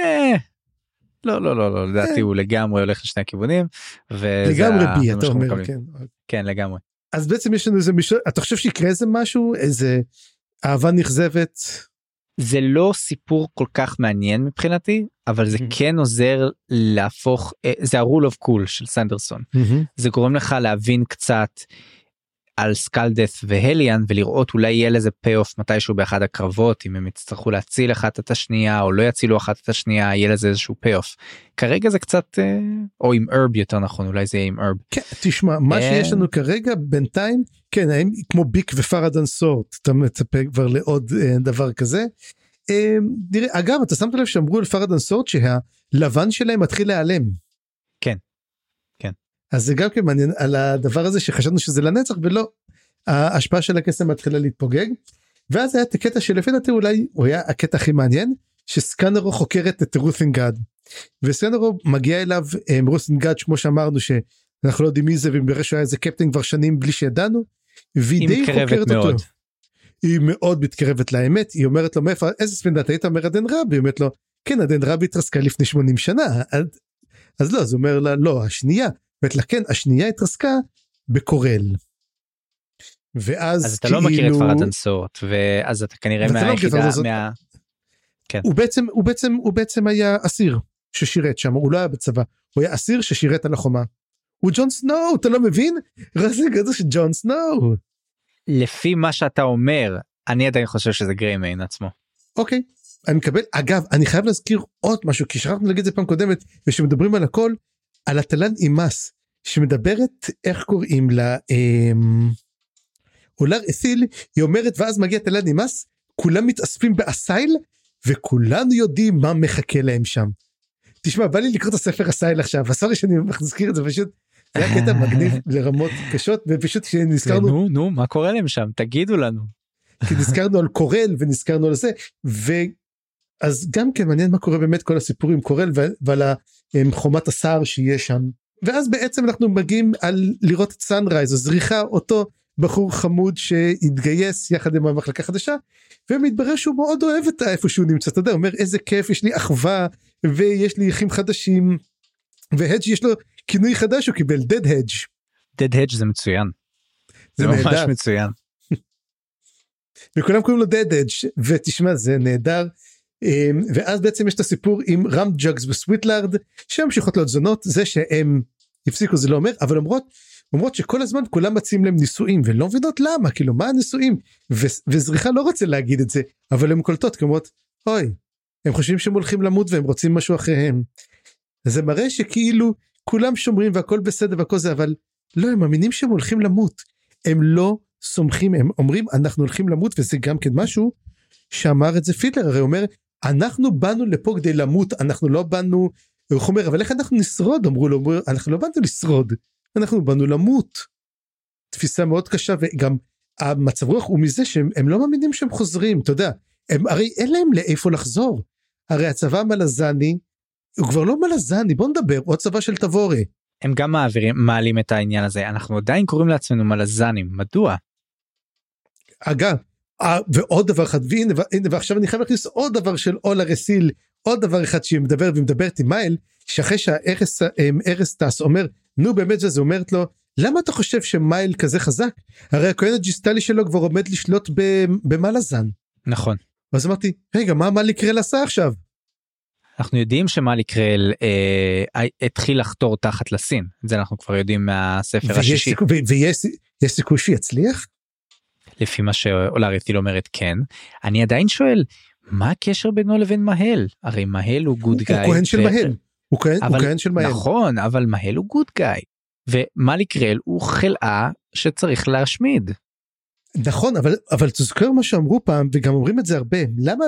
לא, לדעתי הוא לגמרי הולך לשני הכיוונים, לגמרי בי, אתה אומר, כן, לגמרי. אז בעצם יש לנו איזה מישהו, אתה חושב שיקרה איזה משהו, איזה אהבה נכזבת? זה לא סיפור כל כך מעניין מבחינתי, אבל זה כן עוזר להפוך, זה ה-rule of cool של סנדרסון, זה גורם לך להבין קצת על סקלדס והליאן, ולראות אולי יהיה לזה פי-אוף מתישהו באחד הקרבות, אם הם יצטרכו להציל אחת את השנייה, או לא יצילו אחת את השנייה, יהיה לזה איזשהו פי-אוף. כרגע זה קצת, או עם הרב יותר נכון, אולי זה יהיה עם הרב. כן, תשמע, מה שיש לנו כרגע בינתיים, כן, האם כמו ביק ופרדן סורט, אתה מצפה כבר לעוד דבר כזה. אגב, אתה שמת לב שאמרו על פרדן סורט, שהלבן שלהם מתחיל להיעלם. כן, כן. אז זה גם כן מעניין על הדבר הזה שחשבנו שזה לנצח, ולא, ההשפעה של הקסם מתחילה להתפוגג, ואז היה את הקטע שלפי דעתי אולי הוא היה הקטע הכי מעניין, שסקאנרו חוקרת את רות'ינגרד, וסנרו מגיע אליו רוסנגאץ' כמו שאמרנו שאנחנו לא יודעים מי זה, ומראה שהוא היה איזה קפטן כבר שנים בלי שידענו, והיא די חוקרת אותו. היא מאוד מתקרבת לאמת, היא אומרת לו מאיפה, איזה ספינדת היית? אומר עדן רבי, היא אומרת לו, כן עדן רבי התרסקה לפני 80 שנה, אז לא, אז הוא אומר לה, לא, השנייה, אומרת לה, כן, השנייה התרסקה בקורל. ואז אז אתה לא מכיר את פרדנסורט, ואז אתה כנראה מהיחידה, כן. הוא בעצם היה אסיר ששירת שם, הוא לא היה בצבא, הוא היה אסיר ששירת על החומה. הוא ג'ון סנואו, אתה לא מבין? רזי גדול של ג'ון סנואו. לפי מה שאתה אומר, אני עדיין חושב שזה גריימיין עצמו. אוקיי, אני מקבל, אגב, אני חייב להזכיר עוד משהו, כי שכחנו להגיד את זה פעם קודמת, ושמדברים על הכל, על התלן אימס, שמדברת, איך קוראים לה, אולר אסיל, היא אומרת, ואז מגיע תלן אימס, כולם מתאספים באסייל, וכולנו יודעים מה מחכה להם שם. תשמע, בא לי לקרוא את הספר אסייל עכשיו, הסורי שאני מזכיר את זה, פשוט, זה היה קטע מגניב לרמות קשות, ופשוט שנזכרנו... נו, מה קורה להם שם? תגידו לנו. כי נזכרנו על קורל, ונזכרנו על זה, אז גם כן מעניין מה קורה באמת כל הסיפור עם קורל, ועל חומת הסער שיש שם. ואז בעצם אנחנו מגיעים על לראות את סנרייז, אז זריחה אותו בחור חמוד שהתגייס יחד עם המחלקה חדשה, ומתברר שהוא מאוד אוהב את איפה שהוא נמצא, אתה יודע, אומר איזה כיף, יש לי אחווה, ויש לי אחים חדשים, והדג' יש לו כינוי חדש, הוא קיבל Dead Hedge. Dead Hedge זה מצוין. זה ממש מצוין. וכולם קוראים לו Dead Hedge, ותשמע זה נהדר, ואז בעצם יש את הסיפור עם רמג'אגס וסוויטלארד, שהמשיכות להיות זונות, זה שהם הפסיקו זה לא אומר, אבל אומרות שכל הזמן כולם מציעים להם נישואים, ולא מבינות למה, כאילו מה הנישואים, וזריחה לא רוצה להגיד את זה, אבל הם קולטות כמות, אוי, הם חושבים שהם הולכים למות, והם רוצים משהו אחריהם, זה מראה שכאילו, כולם שומרים והכל בסדר והכל זה, אבל לא, הם מאמינים שהם הולכים למות, הם לא סומכים, הם אומרים אנחנו הולכים למות, וזה גם כן משהו, שאמר את זה פיטלר, הרי אומר, אנחנו באנו לפה כדי למות, אנחנו לא באנו, הוא אומר, אבל איך אנחנו נשרוד? אמרו לו, אנחנו לא באנו לשרוד, אנחנו באנו למות. תפיסה מאוד קשה, וגם המצב רוח הוא מזה שהם לא מאמינים שהם חוזרים, אתה יודע, הרי אין להם לאיפה לחזור, הרי הצבא המלזני, הוא כבר לא מלזני, בוא נדבר, עוד צבא של תבורי. הם גם מעלים את העניין הזה, אנחנו עדיין קוראים לעצמנו מלזנים, מדוע? אגב, ועוד דבר אחד, והנה, ועכשיו אני חייב להכניס עוד דבר של אולר אסיל, עוד דבר אחד שהיא מדברת, והיא מדברת עם מייל, שאחרי שהארס טס אומר, נו באמת זה אומרת לו, למה אתה חושב שמייל כזה חזק? הרי הכהן הג'יסטלי שלו כבר עומד לשלוט במלזן. נכון. ואז אמרתי, רגע, מה לקרל עשה עכשיו? אנחנו יודעים שמה לקרל התחיל לחתור תחת לסין, את זה אנחנו כבר יודעים מהספר השישי. ויש סיכוי שיצליח? לפי מה שאולר אסיל אומרת כן, אני עדיין שואל, מה הקשר בינו לבין מהל? הרי מהל הוא גוד גאי. הוא כהן של מהל. הוא כהן של מהל. נכון, אבל מהל הוא גוד גאי. ומה לקרל הוא חלאה שצריך להשמיד. נכון, אבל תזכר מה שאמרו פעם, וגם אומרים את זה הרבה, למה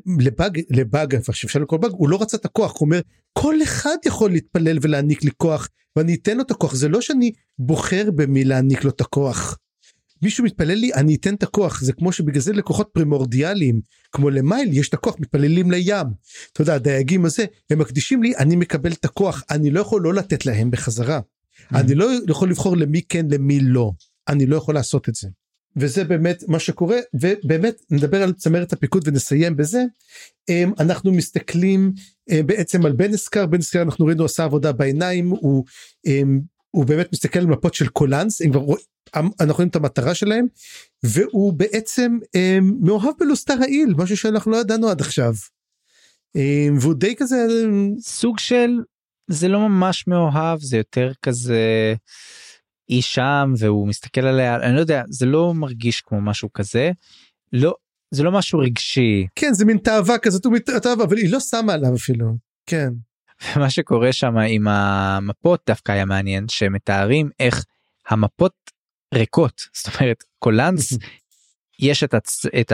לבאג, אפשר לכל באג, הוא לא רצה את הכוח, הוא אומר, כל אחד יכול להתפלל ולהעניק לי כוח, ואני אתן לו את הכוח, זה לא שאני בוחר במי להעניק לו את הכוח. מישהו מתפלל לי, אני אתן את הכוח, זה כמו שבגלל זה לקוחות פרימורדיאליים, כמו למייל, יש את הכוח, מתפללים לים, אתה יודע, הדייגים הזה, הם מקדישים לי, אני מקבל את הכוח, אני לא יכול לא לתת להם בחזרה, אני לא יכול לבחור למי כן, למי לא, אני לא יכול לעשות את זה, וזה באמת מה שקורה, ובאמת נדבר על צמרת הפיקוד ונסיים בזה, אנחנו מסתכלים בעצם על בן אסקר אנחנו ראינו עושה עבודה בעיניים, הוא באמת מסתכל על מפות של קולנס, אנחנו רואים את המטרה שלהם, והוא בעצם מאוהב בלוסטר העיל, משהו שאנחנו לא ידענו עד עכשיו, והוא די כזה, סוג של, זה לא ממש מאוהב, זה יותר כזה, היא שם, והוא מסתכל עליה, אני לא יודע, זה לא מרגיש כמו משהו כזה, לא, זה לא משהו רגשי. כן, זה מין תאווה כזאת, הוא מתאהב, אבל היא לא שמה עליו אפילו, כן. ומה שקורה שם עם המפות דווקא היה מעניין, שמתארים איך המפות ריקות, זאת אומרת, קולנס, יש את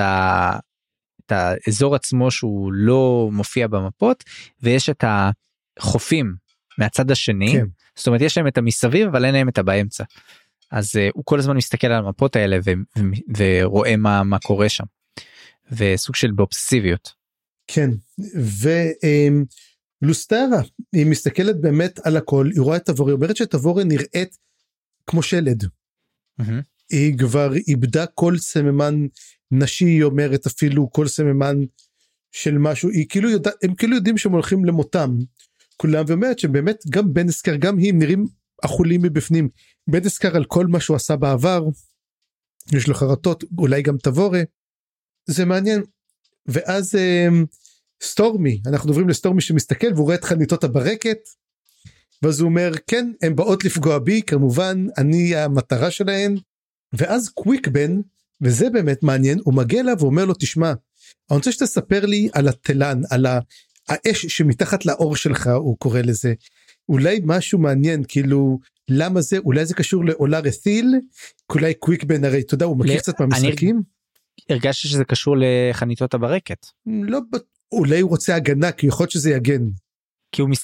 האזור עצמו שהוא לא מופיע במפות, ויש את החופים מהצד השני, כן. זאת אומרת, יש להם את המסביב, אבל אין להם את באמצע. אז הוא כל הזמן מסתכל על המפות האלה, ורואה מה קורה שם. וסוג של באובססיביות. כן, לוסטרה, היא מסתכלת באמת על הכל, היא רואה את תבורי, היא אומרת שתבורי נראית כמו שלד. היא כבר איבדה כל סממן נשי, היא אומרת אפילו כל סממן של משהו, הם כאילו יודעים שהם הולכים למותם, כולם, ואומרת שבאמת גם בן אסקר, גם הם נראים אכולים מבפנים, בן אסקר על כל מה שהוא עשה בעבר, יש לו חרטות, אולי גם תבורי, זה מעניין, ואז סטורמי, אנחנו עוברים לסטורמי שמסתכל, והוא רואה את חניתות הברקת, ואז הוא אומר, כן, הם באות לפגוע בי, כמובן, אני המטרה שלהן, ואז קוויקבן, וזה באמת מעניין, הוא מגיע אליו ואומר לו, תשמע, אני רוצה שתספר לי על התלן, על האש שמתחת לאור שלך, הוא קורא לזה, אולי משהו מעניין, כאילו, למה זה, אולי זה קשור לעולה רתיל, אולי קוויקבן, הרי אתה יודע, הוא מכיר קצת מהמשחקים. הרגשתי שזה קשור לחניתות הברקת. לא, אולי הוא רוצה הגנה, כי יכול להיות שזה יגן. כי הוא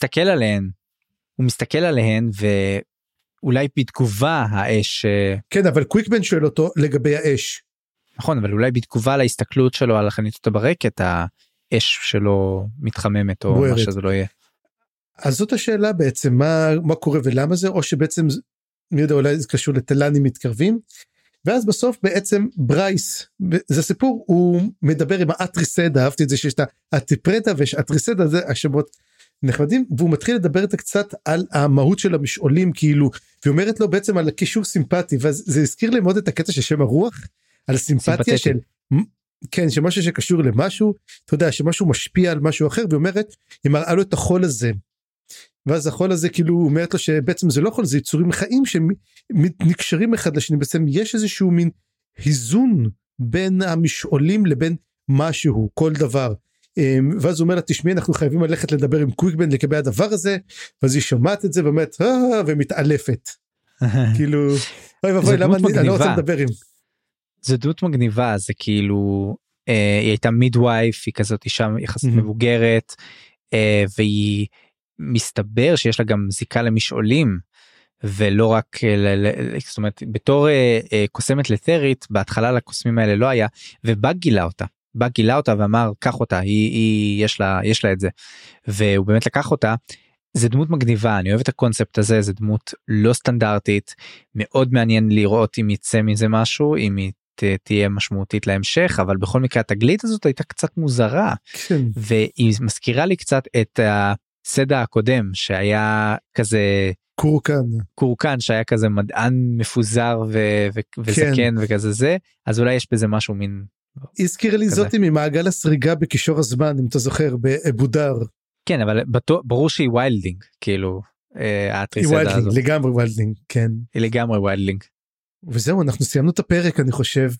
מסתכל עליהן, ואולי בתגובה האש... כן, אבל קוויקבן שואל אותו לגבי האש. נכון, אבל אולי בתגובה להסתכלות שלו על החניתות הברקת, האש שלו מתחממת, או מה שזה לא יהיה. אז זאת השאלה בעצם, מה קורה ולמה זה, או שבעצם, מי יודע, אולי זה קשור לטלנים מתקרבים, ואז בסוף בעצם ברייס, זה סיפור, הוא מדבר עם האטריסדה, אהבתי את זה שיש את האטיפרדה ויש אטריסדה, זה השמות נחמדים, והוא מתחיל לדבר איתה קצת על המהות של המשעולים, כאילו, והיא אומרת לו בעצם על הקישור סימפטי, וזה הזכיר לי מאוד את הקטע של שם הרוח, על סימפתיה של, כן, שמשהו שקשור למשהו, אתה יודע, שמשהו משפיע על משהו אחר, והיא אומרת, היא מראה לו את החול הזה, ואז החול הזה כאילו אומרת לו שבעצם זה לא חול, זה יצורים חיים שנקשרים אחד לשני, בעצם יש איזשהו מין היזון בין המשעולים לבין משהו, כל דבר, ואז הוא אומר לה, תשמעי, אנחנו חייבים ללכת לדבר עם קוויקבן לגבי הדבר הזה, ואז היא שומעת את זה ואומרת, ומתעלפת, כאילו, אוי ובוי, למה אני לא רוצה לדבר עם. זה דמות מגניבה, זה כאילו, היא הייתה מידווייף, היא כזאת אישה יחסית מבוגרת, והיא מסתבר שיש לה גם זיקה למשעולים, ולא רק, זאת אומרת, בתור קוסמת לתרית, בהתחלה לקוסמים האלה לא היה, ובאג גילה אותה ואמר, קח אותה, יש לה את זה, והוא באמת לקח אותה, זה דמות מגניבה, אני אוהב את הקונספט הזה, זה דמות לא סטנדרטית, מאוד מעניין לראות אם יצא מזה משהו, אם היא תהיה משמעותית להמשך, אבל בכל מקרה התגלית הזאת הייתה קצת מוזרה, והיא מזכירה לי קצת את הסדה הקודם, שהיה כזה קורקן, שהיה כזה מדען מפוזר וזקן וכזה זה, אז אולי יש בזה משהו מין... הזכיר לי זאתי ממעגל הסריגה בקישור הזמן, אם אתה זוכר, בבודר. כן, אבל ברור שהיא ויילדינג, כאילו, האטריסדה הזאת. לגמרי ויילדינג, כן. היא לגמרי ויילדינג. וזהו, אנחנו סיימנו את הפרק, אני חושב,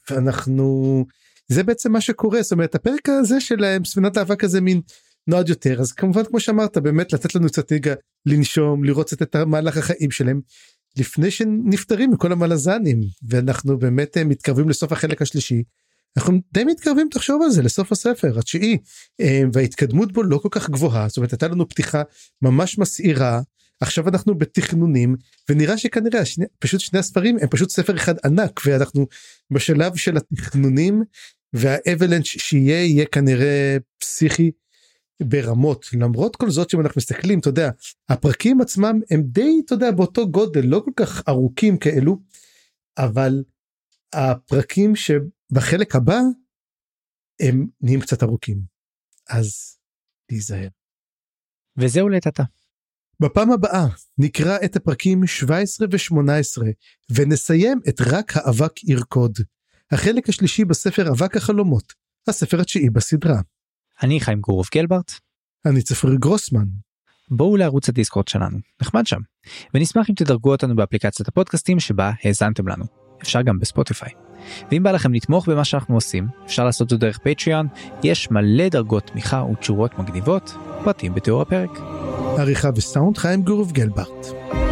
זה בעצם מה שקורה, זאת אומרת, הפרק הזה של ספינת האבק הזה מין נועד יותר, אז כמובן כמו שאמרת, באמת לתת לנו קצת רגע לנשום, לראות את המהלך החיים שלהם, לפני שנפטרים מכל המלזנים, ואנחנו באמת מתקרבים לסוף החלק השלישי, אנחנו די מתקרבים, תחשוב על זה, לסוף הספר, התשיעי, וההתקדמות בו לא כל כך גבוהה, זאת אומרת, הייתה לנו פתיחה ממש מסעירה, עכשיו אנחנו בתכנונים, ונראה שכנראה פשוט שני הספרים הם פשוט ספר אחד ענק, ואנחנו בשלב של התכנונים, והאבלנץ' יהיה כנראה פסיכי ברמות, למרות כל זאת שאנחנו מסתכלים, אתה יודע, הפרקים עצמם הם די, אתה יודע, באותו גודל, לא כל כך ארוכים כאלו, אבל הפרקים שבחלק הבא, הם נהיים קצת ארוכים, אז תיזהר. וזהו לטאטה. בפעם הבאה נקרא את הפרקים 17 ו-18 ונסיים את רק האבק ירקוד, החלק השלישי בספר אבק החלומות, הספר התשיעי בסדרה. אני חיים גורוב גלברט. אני צפריר גרוסמן. בואו לערוץ הדיסקורד שלנו, נחמד שם, ונשמח אם תדרגו אותנו באפליקציית הפודקאסטים שבה האזנתם לנו, אפשר גם בספוטיפיי. ואם בא לכם לתמוך במה שאנחנו עושים, אפשר לעשות זאת דרך פטריון, יש מלא דרגות תמיכה ותשורות מגניבות, פרטים בתיאור הפרק. עריכה וסאונד חיים גורוב גלברט.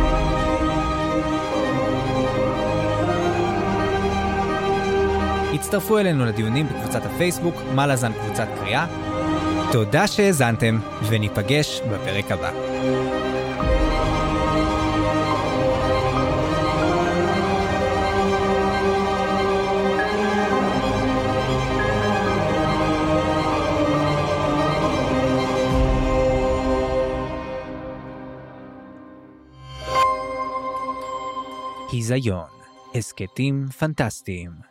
הצטרפו אלינו לדיונים בקבוצת הפייסבוק, מלאזן קבוצת קריאה. תודה שהאזנתם, וניפגש בפרק הבא. היזיון, הסקטים פנטסטיים.